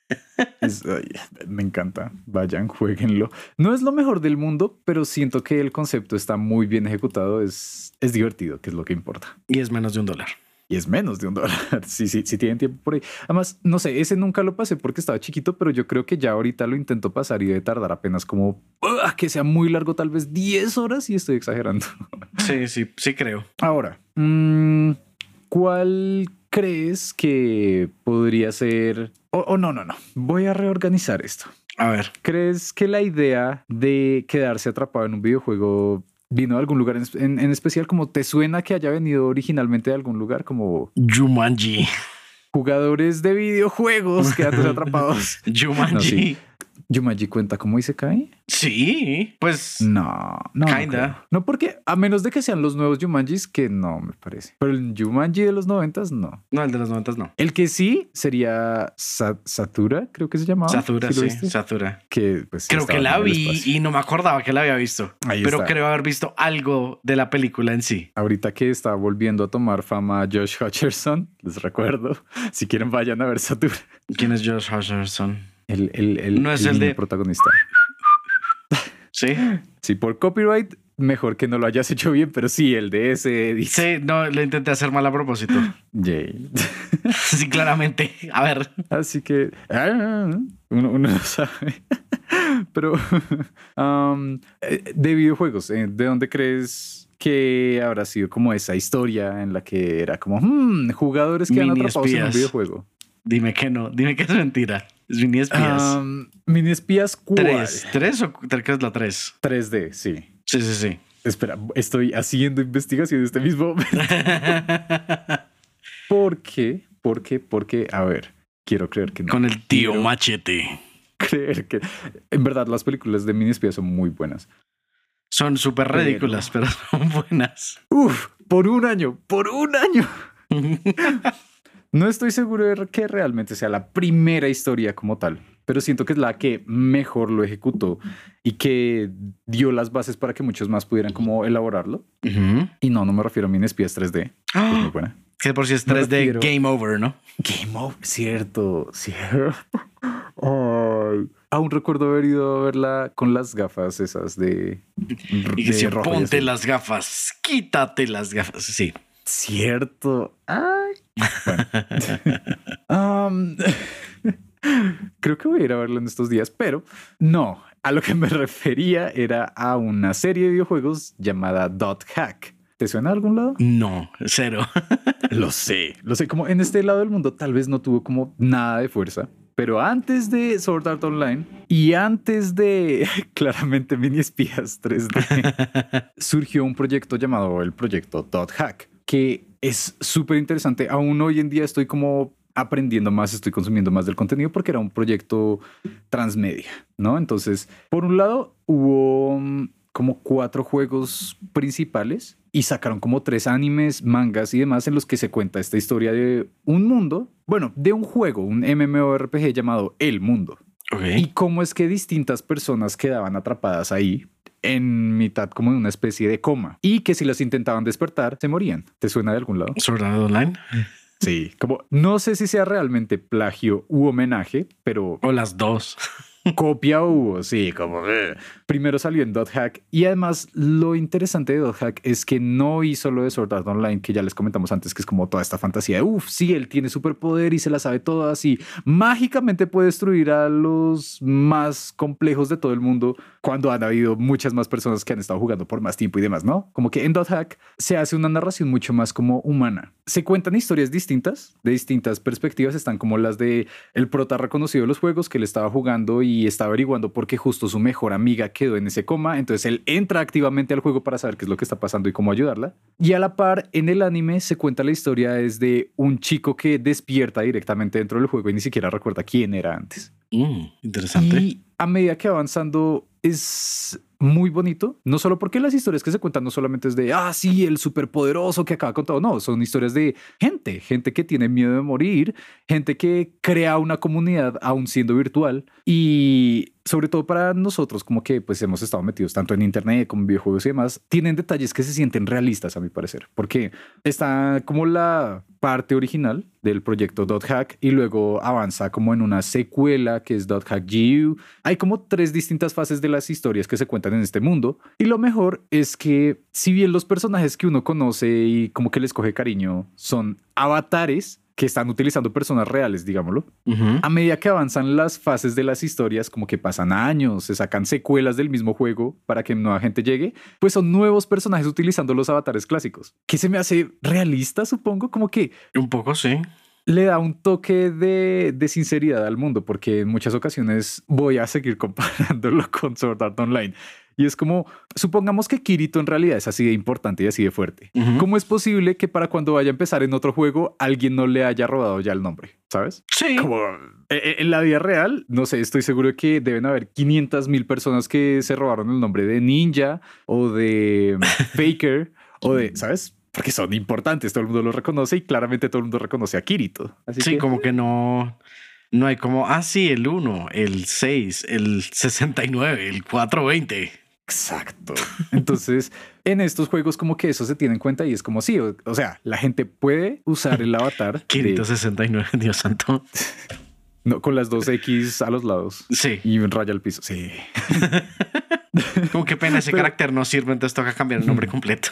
Me encanta. Vayan, jueguenlo. No es lo mejor del mundo, pero siento que el concepto está muy bien ejecutado. Es divertido, que es lo que importa. Y es menos de $1. Y es menos de $1. Sí, tienen tiempo por ahí. Además, no sé, ese nunca lo pasé porque estaba chiquito, pero yo creo que ya ahorita lo intento pasar y debe tardar apenas como que sea muy largo, tal vez 10 horas y estoy exagerando. Sí creo. Ahora, ¿cuál crees que podría ser No. Voy a reorganizar esto. A ver. ¿Crees que la idea de quedarse atrapado en un videojuego vino de algún lugar en especial? ¿Como te suena que haya venido originalmente de algún lugar? Como Jumanji. jugadores de videojuegos quedándose atrapados. Jumanji. No, sí. ¿Jumanji cuenta como Isekai? Sí, pues. No. Kinda. No, porque a menos de que sean los nuevos Jumanjis, que no me parece. Pero el Jumanji de los 90s, no. No, el de los 90 no. El que sí sería Satura, creo que se llamaba. Satura, ¿Sí lo sí, viste? Satura. Que pues Creo que estaba la en el vi espacio. y no me acordaba que la había visto. Ahí pero está. creo haber visto algo de la película en sí. Ahorita que está volviendo a tomar fama Josh Hutcherson, les recuerdo, si quieren vayan a ver Satura. ¿Quién es Josh Hutcherson? El No es el niño de- protagonista. Sí. Sí, por copyright, mejor que no lo hayas hecho bien, pero sí, el de ese dice. Sí, no, lo intenté hacer mal a propósito. Yay. Sí, claramente. A ver. Así que uno no sabe. Pero de videojuegos, ¿de dónde crees que habrá sido como esa historia en la que era como jugadores que han Mini atrapados en un espías. videojuego? Dime que no. Dime que es mentira. Es mini espías. Mini espías, ¿cuál? ¿Tres o creo que es la 3? 3D, sí. Sí. Espera, estoy haciendo investigación en este mismo momento. ¿Por qué? Porque, a ver, quiero creer que no. Con el tío Quiero Machete. creer que... En verdad, las películas de mini espías son muy buenas. Son súper Pero- ridículas, pero son buenas. Uf, por un año. No estoy seguro de que realmente sea la primera historia como tal, pero siento que es la que mejor lo ejecutó y que dio las bases para que muchos más pudieran como elaborarlo. Ujú. Y no me refiero a Mini Espías 3D, que es muy buena. Que por si es Me 3D, refiero- Game Over, ¿no? Game Over, cierto. Ay. Aún recuerdo haber ido a verla con las gafas esas de Y que si rojo y ponte azul. las gafas, quítate las gafas. Sí. Cierto. Ay. Bueno. Creo que voy a ir a verlo en estos días, pero no. A lo que me refería era a una serie de videojuegos llamada Dot Hack. ¿Te suena a algún lado? No, cero. Lo sé. Como en este lado del mundo tal vez no tuvo como nada de fuerza, pero antes de Sword Art Online y antes de claramente Mini Espías 3D, surgió un proyecto llamado el proyecto Dot Hack, que es súper interesante. Aún hoy en día estoy como aprendiendo más, estoy consumiendo más del contenido porque era un proyecto transmedia, ¿no? Entonces, por un lado, hubo como 4 juegos principales y sacaron como 3 animes, mangas y demás en los que se cuenta esta historia de un mundo, bueno, de un juego, un MMORPG llamado El Mundo. Y cómo es que distintas personas quedaban atrapadas ahí en mitad como de una especie de coma y que si los intentaban despertar se morían. ¿Te suena de algún lado? Sword Art Online. Sí, como no sé si sea realmente plagio u homenaje, pero O las dos. copia hubo, sí, como primero salió en Dot Hack y además lo interesante de Dot Hack es que no hizo lo de Sword Art Online que ya les comentamos antes, que es como toda esta fantasía de sí, él tiene superpoder y se la sabe todas y mágicamente puede destruir a los más complejos de todo el mundo cuando han habido muchas más personas que han estado jugando por más tiempo y demás, ¿no? Como que en Dot Hack se hace una narración mucho más como humana. Se cuentan historias distintas, de distintas perspectivas, están como las de el prota reconocido de los juegos que él estaba jugando y está averiguando por qué justo su mejor amiga quedó en ese coma. Entonces él entra activamente al juego para saber qué es lo que está pasando y cómo ayudarla. Y a la par, en el anime se cuenta la historia desde un chico que despierta directamente dentro del juego y ni siquiera recuerda quién era antes. Interesante. Y a medida que va avanzando es muy bonito, no solo porque las historias que se cuentan no solamente es de, sí, el superpoderoso que acaba con todo, no, son historias de gente que tiene miedo de morir, gente que crea una comunidad aún siendo virtual y sobre todo para nosotros como que pues hemos estado metidos tanto en internet como en videojuegos y demás, tienen detalles que se sienten realistas a mi parecer, porque está como la parte original del proyecto Dot Hack y luego avanza como en una secuela que es Dot Hack GU. Hay como 3 distintas fases de las historias que se cuentan en este mundo y lo mejor es que si bien los personajes que uno conoce y como que les coge cariño son avatares que están utilizando personas reales, digámoslo. A medida que avanzan las fases de las historias, como que pasan años, se sacan secuelas del mismo juego para que nueva gente llegue, pues son nuevos personajes utilizando los avatares clásicos. Que se me hace realista, supongo, como que Un poco, sí. le da un toque de sinceridad al mundo, porque en muchas ocasiones voy a seguir comparándolo con Sword Art Online. Y es como, supongamos que Kirito en realidad es así de importante y así de fuerte. ¿Cómo es posible que para cuando vaya a empezar en otro juego alguien no le haya robado ya el nombre? ¿Sabes? Sí. Como en la vida real, no sé, estoy seguro de que deben haber 500,000 personas que se robaron el nombre de Ninja o de Faker o de, ¿sabes? Porque son importantes, todo el mundo los reconoce y claramente todo el mundo reconoce a Kirito. Así Sí, que, como que no hay como, sí, el 1, el 6, el 69, el 420. exacto. Entonces, en estos juegos como que eso se tiene en cuenta y es como sí, o sea, la gente puede usar el avatar Kirito 69, Dios santo. no, con las dos X a los lados. Sí. Y un raya al piso. Sí. Como que pena ese carácter no sirve, entonces toca cambiar el nombre completo.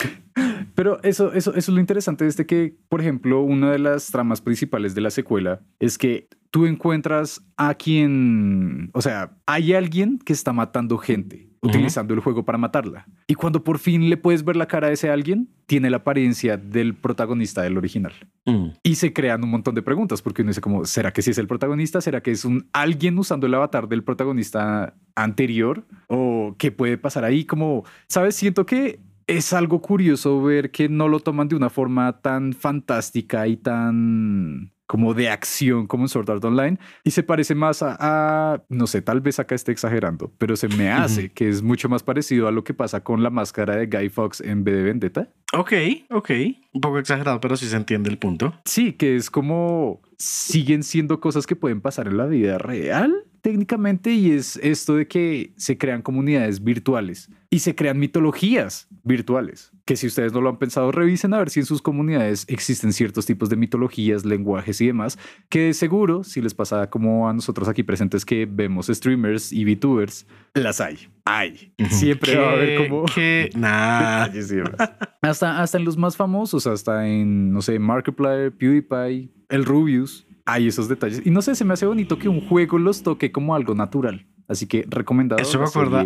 Pero eso es lo interesante de que, por ejemplo, una de las tramas principales de la secuela es que tú encuentras a quien, o sea, hay alguien que está matando gente utilizando el juego para matarla. Y cuando por fin le puedes ver la cara a ese alguien, tiene la apariencia del protagonista del original. Y se crean un montón de preguntas porque uno dice como, ¿será que sí es el protagonista? ¿Será que es un alguien usando el avatar del protagonista anterior? ¿O qué puede pasar ahí? Como, ¿sabes? Siento que es algo curioso ver que no lo toman de una forma tan fantástica y tan como de acción como en Sword Art Online y se parece más no sé, tal vez acá esté exagerando, pero se me hace que es mucho más parecido a lo que pasa con la máscara de Guy Fawkes en V de Vendetta. Ok. Un poco exagerado, pero sí se entiende el punto. Sí, que es como siguen siendo cosas que pueden pasar en la vida real técnicamente y es esto de que se crean comunidades virtuales y se crean mitologías virtuales, que si ustedes no lo han pensado, revisen a ver si en sus comunidades existen ciertos tipos de mitologías, lenguajes y demás, que de seguro, si les pasa como a nosotros aquí presentes que vemos streamers y VTubers, las hay. Siempre va a haber como nada. hasta en los más famosos, hasta en, no sé, Markiplier, PewDiePie, el Rubius, hay esos detalles. Y no sé, se me hace bonito que un juego los toque como algo natural. Así que recomendado. Eso me acuerda,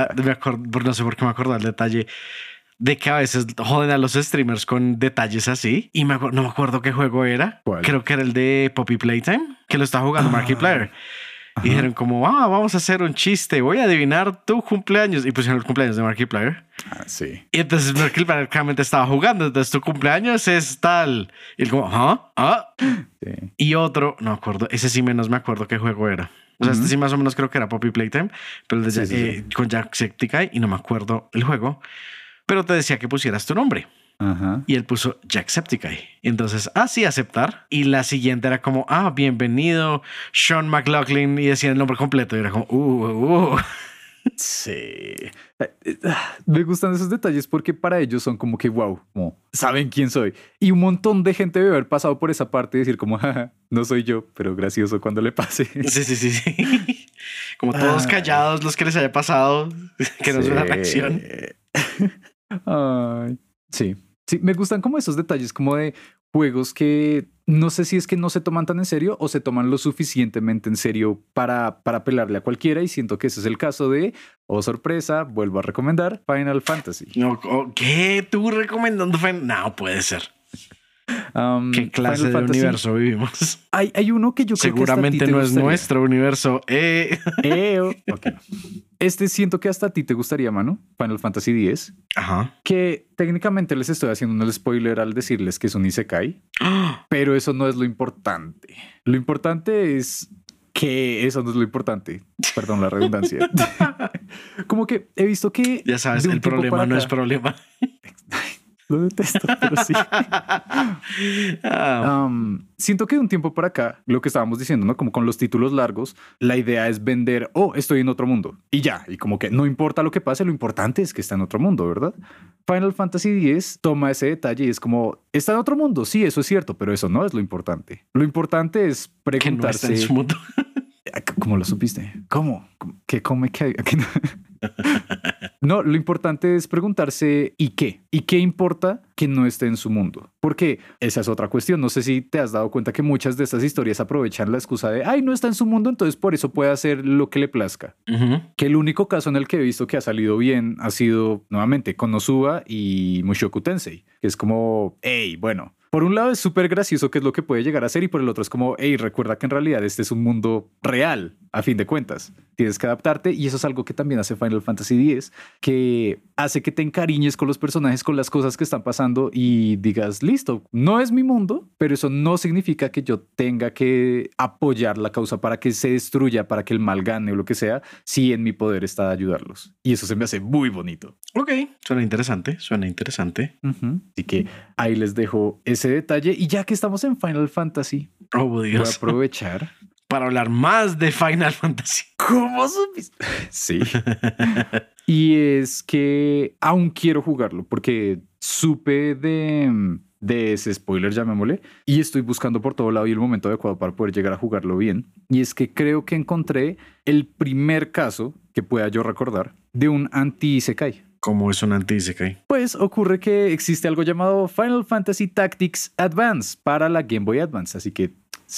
no sé por qué me acuerdo el detalle de que a veces joden a los streamers con detalles así. Y no me acuerdo qué juego era. ¿Cuál? Creo que era el de Poppy Playtime, que lo está jugando Markiplier. Y dijeron como, vamos a hacer un chiste, voy a adivinar tu cumpleaños. Y pusieron el cumpleaños de Markiplier. Sí. Y entonces Markiplier claramente estaba jugando, entonces tu cumpleaños es tal. Y él como, Sí. Y otro, no me acuerdo, ese sí menos me acuerdo qué juego era. O sea, este sí más o menos creo que era Poppy Playtime, pero el de con Jacksepticeye, y no me acuerdo el juego, pero te decía que pusieras tu nombre. Y él puso Jacksepticeye. Entonces, sí, aceptar. Y la siguiente era como, bienvenido, Sean McLaughlin, y decía el nombre completo. Y era como, Sí. Me gustan esos detalles porque para ellos son como que wow, como saben quién soy. Y un montón de gente debe haber pasado por esa parte y decir como, jaja, no soy yo, pero gracioso cuando le pase. Sí. Como todos callados los que les haya pasado, que no es una reacción. Sí, me gustan como esos detalles como de juegos que no sé si es que no se toman tan en serio o se toman lo suficientemente en serio para pelarle a cualquiera y siento que ese es el caso de, sorpresa, vuelvo a recomendar Final Fantasy. No, ¿qué? ¿Tú recomendando Final? No, puede ser. ¿Qué clase de universo vivimos? Hay uno que yo creo que seguramente no es nuestro universo. Okay. Este siento que hasta a ti te gustaría, mano. Final Fantasy X. Que técnicamente les estoy haciendo un spoiler al decirles que es un isekai. Pero eso no es lo importante. Lo importante es que eso no es lo importante. Perdón la redundancia. Como que he visto que... Ya sabes, el problema no es problema. Lo detesto, pero sí. Siento que de un tiempo para acá, lo que estábamos diciendo, ¿no? Como con los títulos largos, la idea es vender, estoy en otro mundo. Y ya, y como que no importa lo que pase, lo importante es que está en otro mundo, ¿verdad? Final Fantasy X toma ese detalle y es como, está en otro mundo, sí, eso es cierto, pero eso no es lo importante. Lo importante es preguntarse... Que no está en su mundo. ¿Cómo lo supiste? ¿Cómo? ¿Qué come? ¿Qué? No, lo importante es preguntarse ¿y qué? ¿Y qué importa que no esté en su mundo? Porque esa es otra cuestión. No sé si te has dado cuenta que muchas de estas historias aprovechan la excusa de no está en su mundo, entonces por eso puede hacer lo que le plazca. Que el único caso en el que he visto que ha salido bien ha sido nuevamente Konosuba y Mushoku Tensei, que es como, bueno, por un lado es súper gracioso qué es lo que puede llegar a ser y por el otro es como, hey, recuerda que en realidad este es un mundo real, a fin de cuentas. Tienes que adaptarte y eso es algo que también hace Final Fantasy X, que hace que te encariñes con los personajes, con las cosas que están pasando y digas, listo, no es mi mundo, pero eso no significa que yo tenga que apoyar la causa para que se destruya, para que el mal gane o lo que sea, si en mi poder está ayudarlos. Y eso se me hace muy bonito. Ok, suena interesante, suena interesante. Así que ahí les dejo ese detalle y ya que estamos en Final Fantasy, Oh, Dios. voy a aprovechar para hablar más de Final Fantasy. ¿Cómo supiste? Sí. Y es que aún quiero jugarlo porque supe de ese spoiler, llamémosle, y estoy buscando por todo lado y el momento adecuado para poder llegar a jugarlo bien. Y es que creo que encontré el primer caso que pueda yo recordar de un anti-isekai. ¿Cómo es un anti-isekai? Pues ocurre que existe algo llamado Final Fantasy Tactics Advance para la Game Boy Advance, así que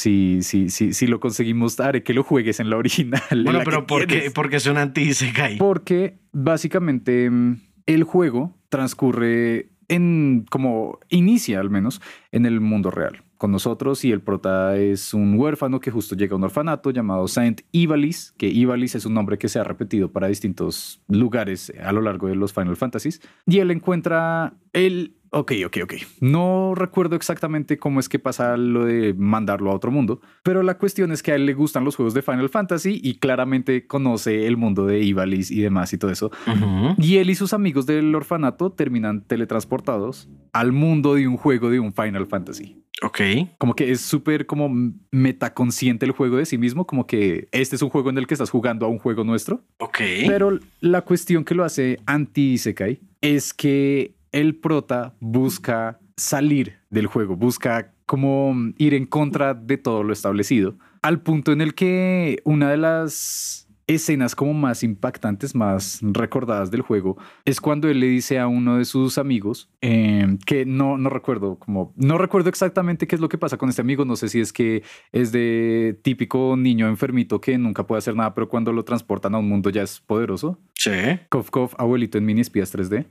si lo conseguimos, haré que lo juegues en la original. Bueno, pero ¿por qué es un anti-isekai? Porque básicamente el juego transcurre como inicia al menos en el mundo real con nosotros y el prota es un huérfano que justo llega a un orfanato llamado Saint Ivalice, que Ivalice es un nombre que se ha repetido para distintos lugares a lo largo de los Final Fantasies y él encuentra Ok. No recuerdo exactamente cómo es que pasa lo de mandarlo a otro mundo, pero la cuestión es que a él le gustan los juegos de Final Fantasy y claramente conoce el mundo de Ivalice y demás y todo eso. Y él y sus amigos del orfanato terminan teletransportados al mundo de un juego de un Final Fantasy. Ok. Como que es súper como metaconsciente el juego de sí mismo, como que este es un juego en el que estás jugando a un juego nuestro. Ok. Pero la cuestión que lo hace anti-isekai es que el prota busca salir del juego, busca como ir en contra de todo lo establecido, al punto en el que una de las escenas como más impactantes, más recordadas del juego, es cuando él le dice a uno de sus amigos, que no recuerdo, no recuerdo exactamente qué es lo que pasa con este amigo, no sé si es que es de típico niño enfermito que nunca puede hacer nada, pero cuando lo transportan a un mundo ya es poderoso. Sí. Cof, cof, abuelito en mini espías 3D.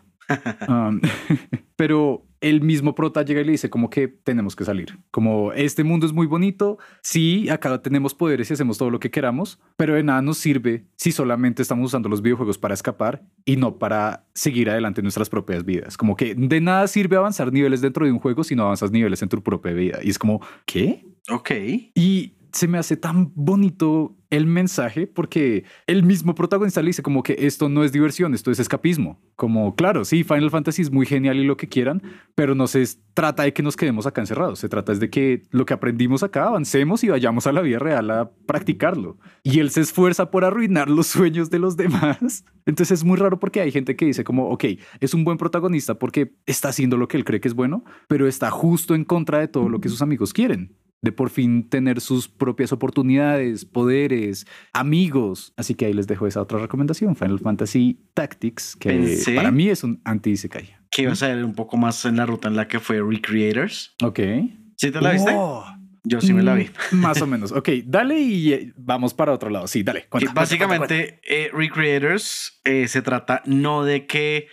Pero el mismo prota llega y le dice como que tenemos que salir. Como este mundo es muy bonito, sí, acá tenemos poderes y hacemos todo lo que queramos, pero de nada nos sirve si solamente estamos usando los videojuegos para escapar y no para seguir adelante en nuestras propias vidas. Como que de nada sirve avanzar niveles dentro de un juego si no avanzas niveles en tu propia vida. Y es como, ¿qué? Ok. Y se me hace tan bonito el mensaje porque el mismo protagonista le dice como que esto no es diversión, esto es escapismo. Como, claro, sí, Final Fantasy es muy genial y lo que quieran, pero no se trata de que nos quedemos acá encerrados. Se trata de que lo que aprendimos acá avancemos y vayamos a la vida real a practicarlo. Y él se esfuerza por arruinar los sueños de los demás. Entonces es muy raro porque hay gente que dice como, ok, es un buen protagonista porque está haciendo lo que él cree que es bueno, pero está justo en contra de todo lo que sus amigos quieren. De por fin tener sus propias oportunidades, poderes, amigos. Así que ahí les dejo esa otra recomendación, Final Fantasy Tactics, que para mí es un anti-isekai. Que ibas a ir un poco más en la ruta en la que fue Recreators. Ok. ¿Sí te la viste? Yo sí me la vi. Más o menos. Ok, dale y vamos para otro lado. Sí, dale. Básicamente, Recreators se trata no de que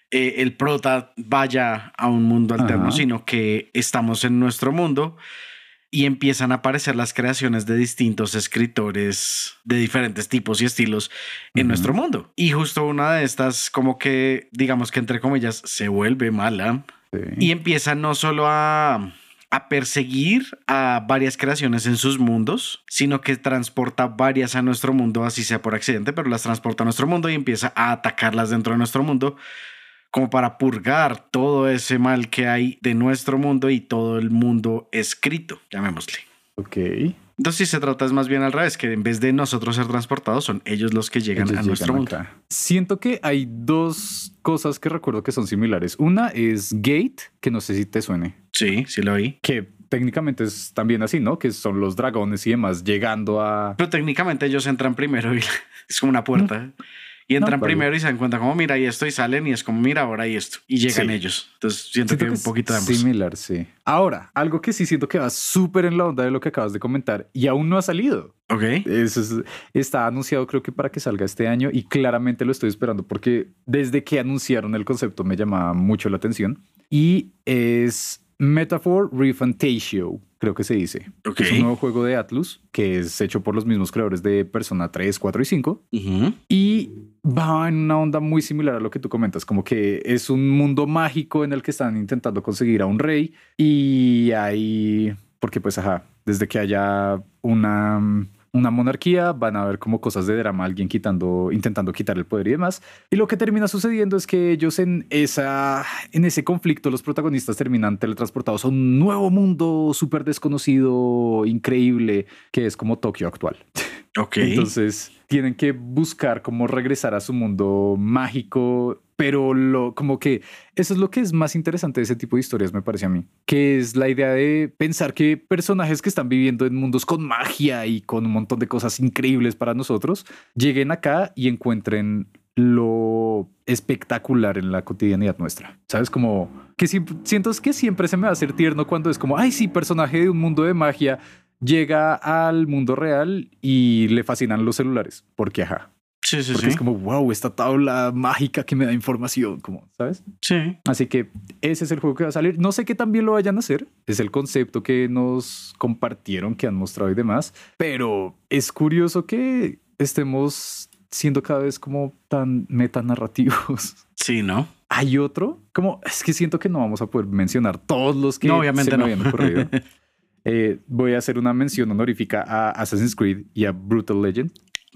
el prota vaya a un mundo alterno, sino que estamos en nuestro mundo y empiezan a aparecer las creaciones de distintos escritores de diferentes tipos y estilos en nuestro mundo. Y justo una de estas, como que, digamos que entre comillas, se vuelve mala y empieza no solo a perseguir a varias creaciones en sus mundos, sino que transporta varias a nuestro mundo, así sea por accidente, pero las transporta a nuestro mundo y empieza a atacarlas dentro de nuestro mundo, como para purgar todo ese mal que hay de nuestro mundo y todo el mundo escrito, llamémosle. Ok. Entonces, si se trata es más bien al revés, que en vez de nosotros ser transportados, son ellos los que llegan a nuestro mundo. Acá. Siento que hay dos cosas que recuerdo que son similares. Una es Gate, que no sé si te suene. Sí, sí lo oí. Que técnicamente es también así, ¿no? Que son los dragones y demás llegando a... Pero técnicamente ellos entran primero y es como una puerta. Y entran primero y se dan cuenta como, mira, y esto, y salen y es como, mira, ahora y esto. Y llegan ellos. Entonces siento que un poquito de ambos. Similar, sí. Ahora, algo que sí siento que va súper en la onda de lo que acabas de comentar y aún no ha salido. Ok. Está anunciado creo que para que salga este año y claramente lo estoy esperando porque desde que anunciaron el concepto me llamaba mucho la atención. Y es Metaphor Refantasio, creo que se dice. Ok. Es un nuevo juego de Atlus que es hecho por los mismos creadores de Persona 3, 4 y 5. Y va en una onda muy similar a lo que tú comentas, como que es un mundo mágico en el que están intentando conseguir a un rey y ahí, porque pues desde que haya una monarquía van a haber como cosas de drama, alguien intentando quitar el poder y demás. Y lo que termina sucediendo es que ellos en ese conflicto, los protagonistas terminan teletransportados a un nuevo mundo súper desconocido, increíble, que es como Tokio actual. Ok. Entonces tienen que buscar cómo regresar a su mundo mágico, pero como que eso es lo que es más interesante de ese tipo de historias, me parece a mí, que es la idea de pensar que personajes que están viviendo en mundos con magia y con un montón de cosas increíbles para nosotros, lleguen acá y encuentren lo espectacular en la cotidianidad nuestra. ¿Sabes? Como que siento que siempre se me va a hacer tierno cuando es como, ay, sí, personaje de un mundo de magia llega al mundo real y le fascinan los celulares. Porque Sí. Porque es como, wow, esta tabla mágica que me da información, como, ¿sabes? Sí. Así que ese es el juego que va a salir. No sé qué tan bien lo vayan a hacer. Es el concepto que nos compartieron, que han mostrado y demás. Pero es curioso que estemos siendo cada vez como tan metanarrativos. Sí, ¿no? Hay otro, como, es que siento que no vamos a poder mencionar todos los que No, obviamente se me no. habían ocurrido. Voy a hacer una mención honorífica a Assassin's Creed y a Brutal Legend.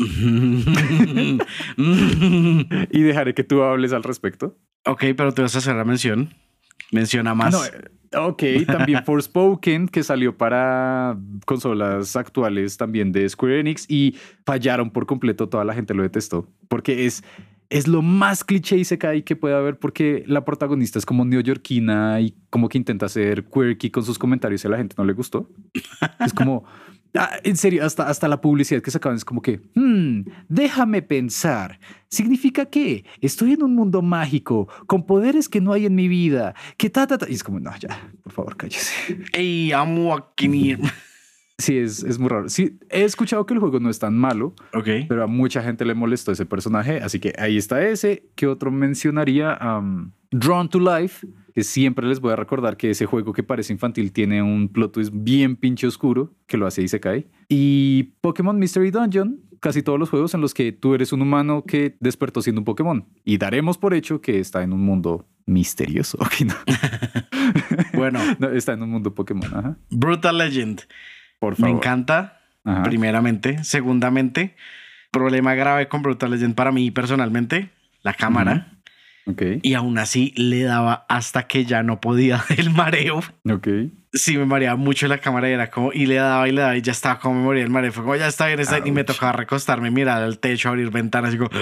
Y dejaré que tú hables al respecto. Ok, pero te vas a hacer la mención. Menciona más. Ok, también Forspoken, que salió para consolas actuales también de Square Enix y fallaron por completo, toda la gente lo detestó, porque es lo más cliché isekai que puede haber, porque la protagonista es como neoyorquina y como que intenta ser quirky con sus comentarios y a la gente no le gustó. Es como... en serio, hasta la publicidad que sacaban es como que, déjame pensar. ¿Significa qué? Estoy en un mundo mágico, con poderes que no hay en mi vida, que Y es como, no, ya, por favor, cállese. Ey, amo a Kinir. Sí, es muy raro. Sí, he escuchado que el juego no es tan malo, Ok. pero a mucha gente le molestó ese personaje, así que ahí está ese. ¿Qué otro mencionaría? Drawn to Life, que siempre les voy a recordar que ese juego que parece infantil tiene un plot twist bien pinche oscuro, que lo hace y se cae. Y Pokémon Mystery Dungeon, casi todos los juegos en los que tú eres un humano que despertó siendo un Pokémon. Y daremos por hecho que está en un mundo misterioso. Ok, no. Bueno. No, está en un mundo Pokémon. Brutal Legend. Por favor. Me encanta, primeramente. Segundamente, problema grave con Brutal Legend para mí personalmente, la cámara. Okay. Y aún así le daba hasta que ya no podía el mareo. Ok. Sí, me mareaba mucho la cámara y era como, y le daba y ya estaba como me moría el mareo. Fue como, ya está bien, y me tocaba recostarme, mirar al techo, abrir ventanas y como...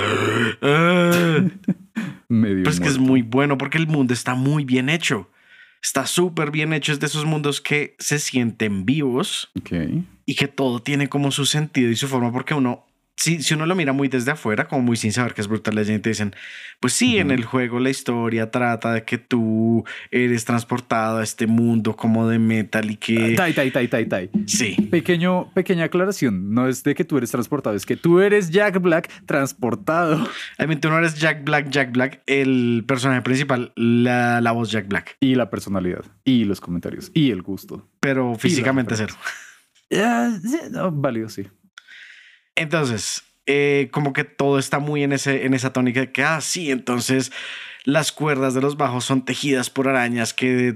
Pero es que es muy bueno porque el mundo está muy bien hecho. Está súper bien hecho. Es de esos mundos que se sienten vivos. Okay. Y que todo tiene como su sentido y su forma, porque uno... Si uno lo mira muy desde afuera, como muy sin saber que es Brutal Legend, te dicen, pues sí, en el juego la historia trata de que tú eres transportado a este mundo como de metal y que... Sí. Sí. Pequeña aclaración. No es de que tú eres transportado, es que tú eres Jack Black transportado. Tú no eres Jack Black, el personaje principal, la voz Jack Black. Y la personalidad, y los comentarios, y el gusto. Pero físicamente cero. No, válido, sí. Entonces, como que todo está muy en esa tónica de que, sí, entonces las cuerdas de los bajos son tejidas por arañas, que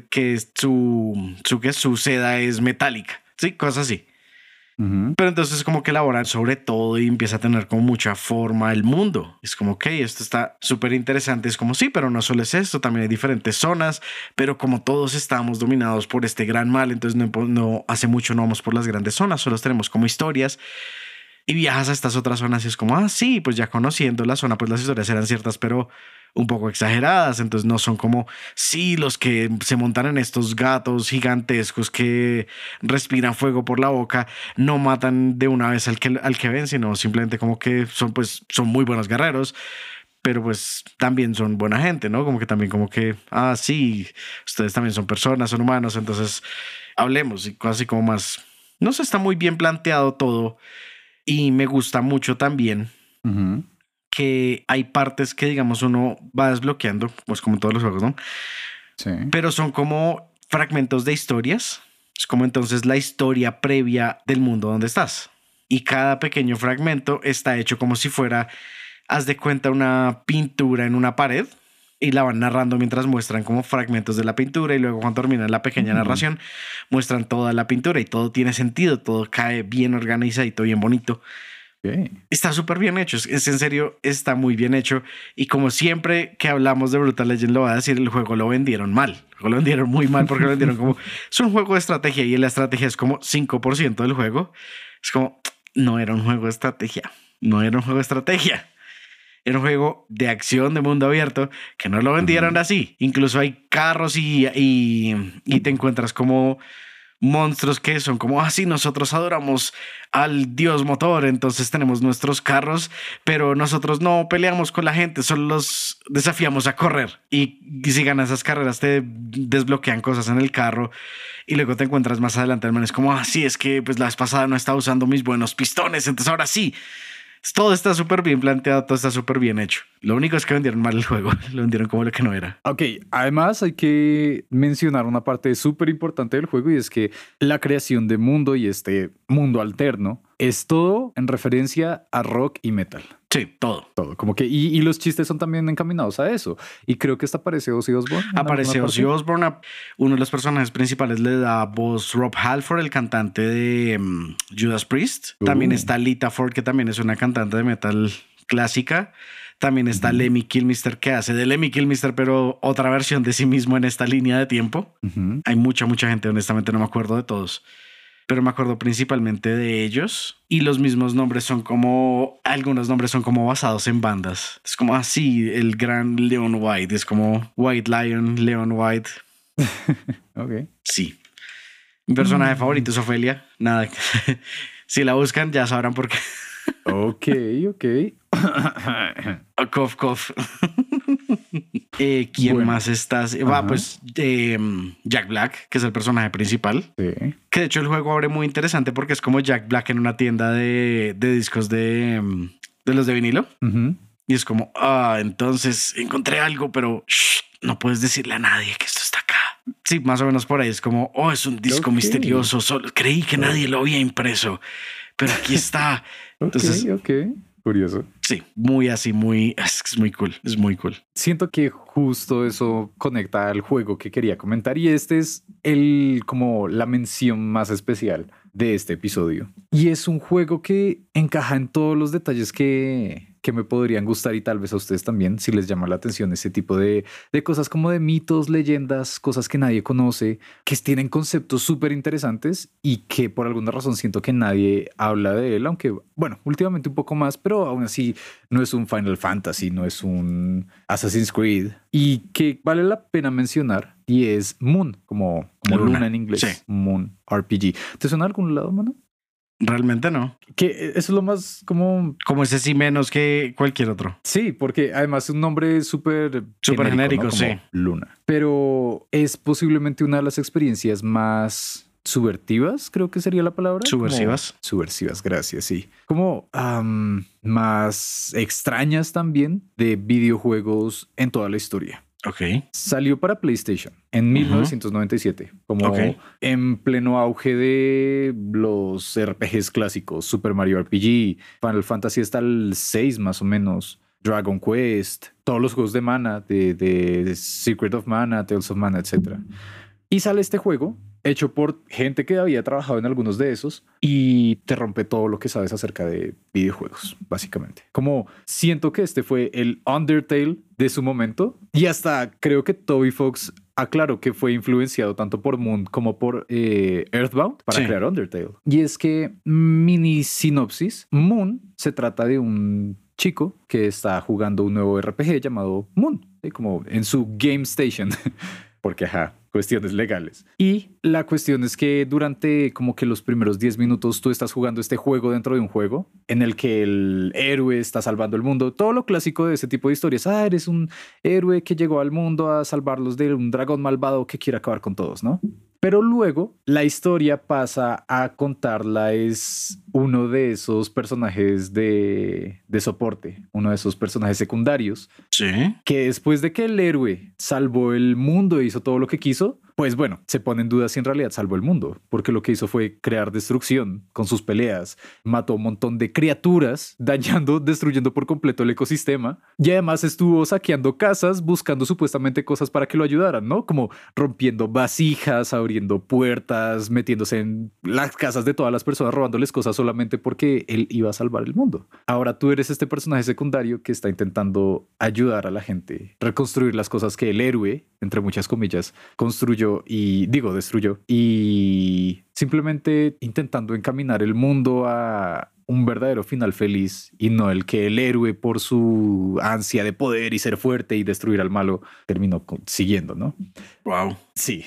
su seda es metálica, sí, cosas así. Pero entonces como que elaboran sobre todo y empieza a tener como mucha forma el mundo. Es como, ok, esto está súper interesante. Es como, sí, pero no solo es esto, también hay diferentes zonas, pero como todos estamos dominados por este gran mal, entonces no hace mucho no vamos por las grandes zonas, solo tenemos como historias. Y viajas a estas otras zonas y es como, sí, pues ya conociendo la zona, pues las historias eran ciertas, pero un poco exageradas. Entonces no son como, sí, los que se montan en estos gatos gigantescos que respiran fuego por la boca, no matan de una vez al que ven, sino simplemente como que son muy buenos guerreros, pero pues también son buena gente, ¿no? Como que también sí, ustedes también son personas, son humanos, entonces hablemos y cosas así como más, no sé, está muy bien planteado todo. Y me gusta mucho también que hay partes que, digamos, uno va desbloqueando, pues como todos los juegos, ¿no? Sí. Pero son como fragmentos de historias. Es como entonces la historia previa del mundo donde estás. Y cada pequeño fragmento está hecho como si fuera, haz de cuenta, una pintura en una pared. Y la van narrando mientras muestran como fragmentos de la pintura y luego cuando termina la pequeña narración muestran toda la pintura y todo tiene sentido, todo cae bien organizadito, bien bonito. Okay. Está súper bien hecho, es en serio, está muy bien hecho. Y como siempre que hablamos de Brutal Legend lo voy a decir, el juego lo vendieron mal. El juego lo vendieron muy mal porque lo vendieron como es un juego de estrategia y la estrategia es como 5% del juego. Es como, no era un juego de estrategia, no era un juego de estrategia. Era un juego de acción de mundo abierto que no lo vendieron así. Incluso hay carros y te encuentras como monstruos que son como así. Nosotros adoramos al dios motor, entonces tenemos nuestros carros, pero nosotros no peleamos con la gente, solo los desafiamos a correr. Y si ganas esas carreras, te desbloquean cosas en el carro. Y luego te encuentras más adelante, el man es como así, es que pues la vez pasada no estaba usando mis buenos pistones, entonces ahora sí. Todo está súper bien planteado, todo está súper bien hecho. Lo único es que vendieron mal el juego, lo vendieron como lo que no era. Ok, además hay que mencionar una parte súper importante del juego y es que la creación de mundo y este mundo alterno es todo en referencia a rock y metal. Sí, todo. Todo, como que, y los chistes son también encaminados a eso. Y creo que hasta aparece Ozzy Osbourne. Aparece Ozzy Osbourne. Uno de los personajes principales le da voz Rob Halford, el cantante de Judas Priest. También está Lita Ford, que también es una cantante de metal clásica. También está Lemmy Kilmister, que hace de Lemmy Kilmister, pero otra versión de sí mismo en esta línea de tiempo. Hay mucha gente, honestamente no me acuerdo de todos. Pero me acuerdo principalmente de ellos y los mismos nombres son como, algunos nombres son como basados en bandas. Es como así, el gran Leon White, es como White Lion, Leon White. Ok. Sí. Mi personaje favorito es Ofelia. Nada, si la buscan ya sabrán por qué. Ok. Cough, cough. ¿Quién más estás? Pues Jack Black, que es el personaje principal. Sí. Que de hecho el juego abre muy interesante porque es como Jack Black en una tienda de discos de los de vinilo. Y es como, entonces encontré algo, pero no puedes decirle a nadie que esto está acá. Sí, más o menos por ahí. Es como, es un disco misterioso. Solo creí que nadie lo había impreso, pero aquí está. Entonces, ok. Curioso. Sí, muy así, es muy cool, es muy cool. Siento que justo eso conecta al juego que quería comentar y este es como la mención más especial de este episodio. Y es un juego que encaja en todos los detalles que me podrían gustar y tal vez a ustedes también, si les llama la atención ese tipo de cosas como de mitos, leyendas, cosas que nadie conoce, que tienen conceptos súper interesantes y que por alguna razón siento que nadie habla de él, aunque bueno, últimamente un poco más, pero aún así no es un Final Fantasy, no es un Assassin's Creed y que vale la pena mencionar y es Moon, como Luna en inglés, sí. Moon RPG. ¿Te suena a algún lado, mano? Realmente no. Que eso es lo más como ese sí menos que cualquier otro. Sí, porque además es un nombre súper genérico, ¿no? Sí. Luna. Pero es posiblemente una de las experiencias más subvertivas, creo que sería la palabra. Subversivas. Subversivas, gracias, sí. Como más extrañas también de videojuegos en toda la historia. Ok. Salió para PlayStation en 1997, como en pleno auge de los RPGs clásicos, Super Mario RPG, Final Fantasy hasta el 6 más o menos, Dragon Quest, todos los juegos de Mana, de Secret of Mana, Tales of Mana, etc. Y sale este juego hecho por gente que había trabajado en algunos de esos y te rompe todo lo que sabes acerca de videojuegos, básicamente. Como siento que este fue el Undertale de su momento y hasta creo que Toby Fox aclaró que fue influenciado tanto por Moon como por Earthbound para crear Undertale. Y es que, mini sinopsis, Moon se trata de un chico que está jugando un nuevo RPG llamado Moon, ¿sí? Como en su Game Station, porque cuestiones legales. Y la cuestión es que durante como que los primeros 10 minutos tú estás jugando este juego dentro de un juego en el que el héroe está salvando el mundo. Todo lo clásico de ese tipo de historias. Eres un héroe que llegó al mundo a salvarlos de un dragón malvado que quiere acabar con todos, ¿no? Pero luego la historia pasa a contarla es uno de esos personajes de soporte, uno de esos personajes secundarios. Sí. Que después de que el héroe salvó el mundo e hizo todo lo que quiso, pues bueno, se pone en duda si en realidad salvó el mundo, porque lo que hizo fue crear destrucción con sus peleas, mató un montón de criaturas, dañando, destruyendo por completo el ecosistema, y además estuvo saqueando casas, buscando supuestamente cosas para que lo ayudaran, ¿no? Como rompiendo vasijas, abriendo puertas, metiéndose en las casas de todas las personas, robándoles cosas solamente porque él iba a salvar el mundo. Ahora tú eres este personaje secundario que está intentando ayudar a la gente, reconstruir las cosas que el héroe, entre muchas comillas, destruyó, y simplemente intentando encaminar el mundo a un verdadero final feliz y no el que el héroe, por su ansia de poder y ser fuerte y destruir al malo, terminó siguiendo, ¿no? Wow. Sí.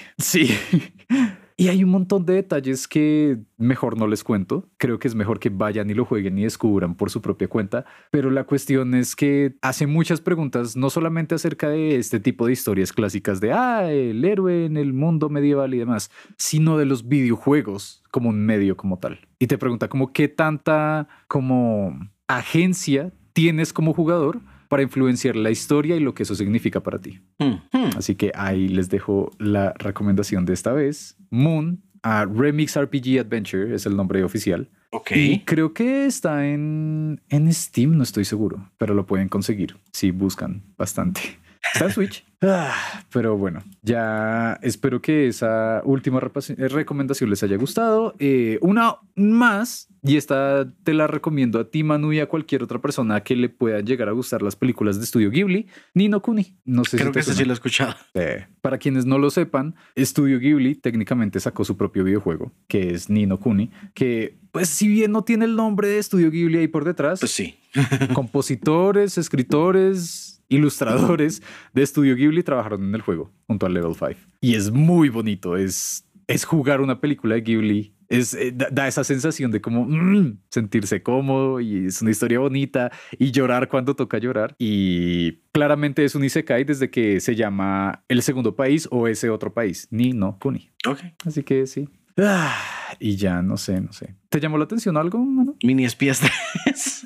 Y hay un montón de detalles que mejor no les cuento. Creo que es mejor que vayan y lo jueguen y descubran por su propia cuenta. Pero la cuestión es que hace muchas preguntas, no solamente acerca de este tipo de historias clásicas de el héroe en el mundo medieval y demás, sino de los videojuegos como un medio como tal. Y te pregunta como qué tanta como agencia tienes como jugador para influenciar la historia y lo que eso significa para ti. Así que ahí les dejo la recomendación de esta vez. Moon, Remix RPG Adventure es el nombre oficial. Ok. Y creo que está en Steam, no estoy seguro, pero lo pueden conseguir si buscan bastante. Está en Switch. Pero bueno, ya espero que esa última recomendación les haya gustado. Una más, y esta te la recomiendo a ti, Manu, y a cualquier otra persona que le puedan llegar a gustar las películas de Estudio Ghibli, Ni no Kuni. No sé Creo si que ese sí lo he escuchado. Para quienes no lo sepan, Estudio Ghibli técnicamente sacó su propio videojuego, que es Ni no Kuni, que pues si bien no tiene el nombre de Estudio Ghibli ahí por detrás, Pues sí. compositores, escritores, ilustradores de Estudio Ghibli trabajaron en el juego junto a Level 5. Y es muy bonito, es jugar una película de Ghibli. Da esa sensación de como sentirse cómodo, y es una historia bonita, y llorar cuando toca llorar. Y claramente es un isekai desde que se llama El Segundo País o Ese Otro País, Ni no Kuni. Ok. Así que sí. Y ya no sé. ¿Te llamó la atención algo, mano? Mini Espías 3.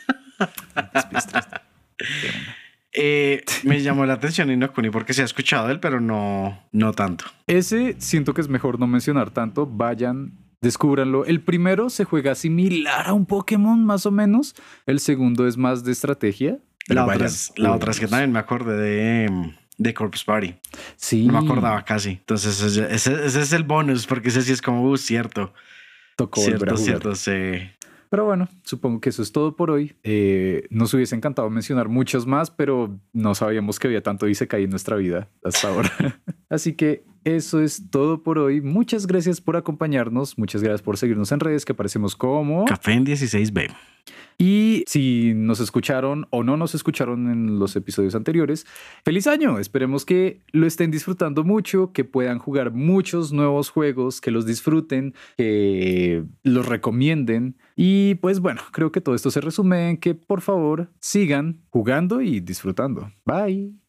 Me llamó la atención Ni no Kuni porque se ha escuchado de él, pero no tanto. Ese siento que es mejor no mencionar tanto. Vayan, descúbranlo. El primero se juega similar a un Pokémon, más o menos. El segundo es más de estrategia. La otra es que también me acordé de Corpse Party. Sí. No me acordaba casi. Entonces ese es el bonus, porque ese sí es como, cierto. Tocó volver a jugar. Cierto, sí. Pero bueno, supongo que eso es todo por hoy. Nos hubiese encantado mencionar muchos más, pero no sabíamos que había tanto isekai en nuestra vida hasta ahora. Así que eso es todo por hoy. Muchas gracias por acompañarnos. Muchas gracias por seguirnos en redes, que aparecemos como Café en 16B. Y si nos escucharon o no nos escucharon en los episodios anteriores, ¡feliz año! Esperemos que lo estén disfrutando mucho, que puedan jugar muchos nuevos juegos, que los disfruten, que los recomienden. Y pues bueno, creo que todo esto se resume en que por favor sigan jugando y disfrutando. Bye.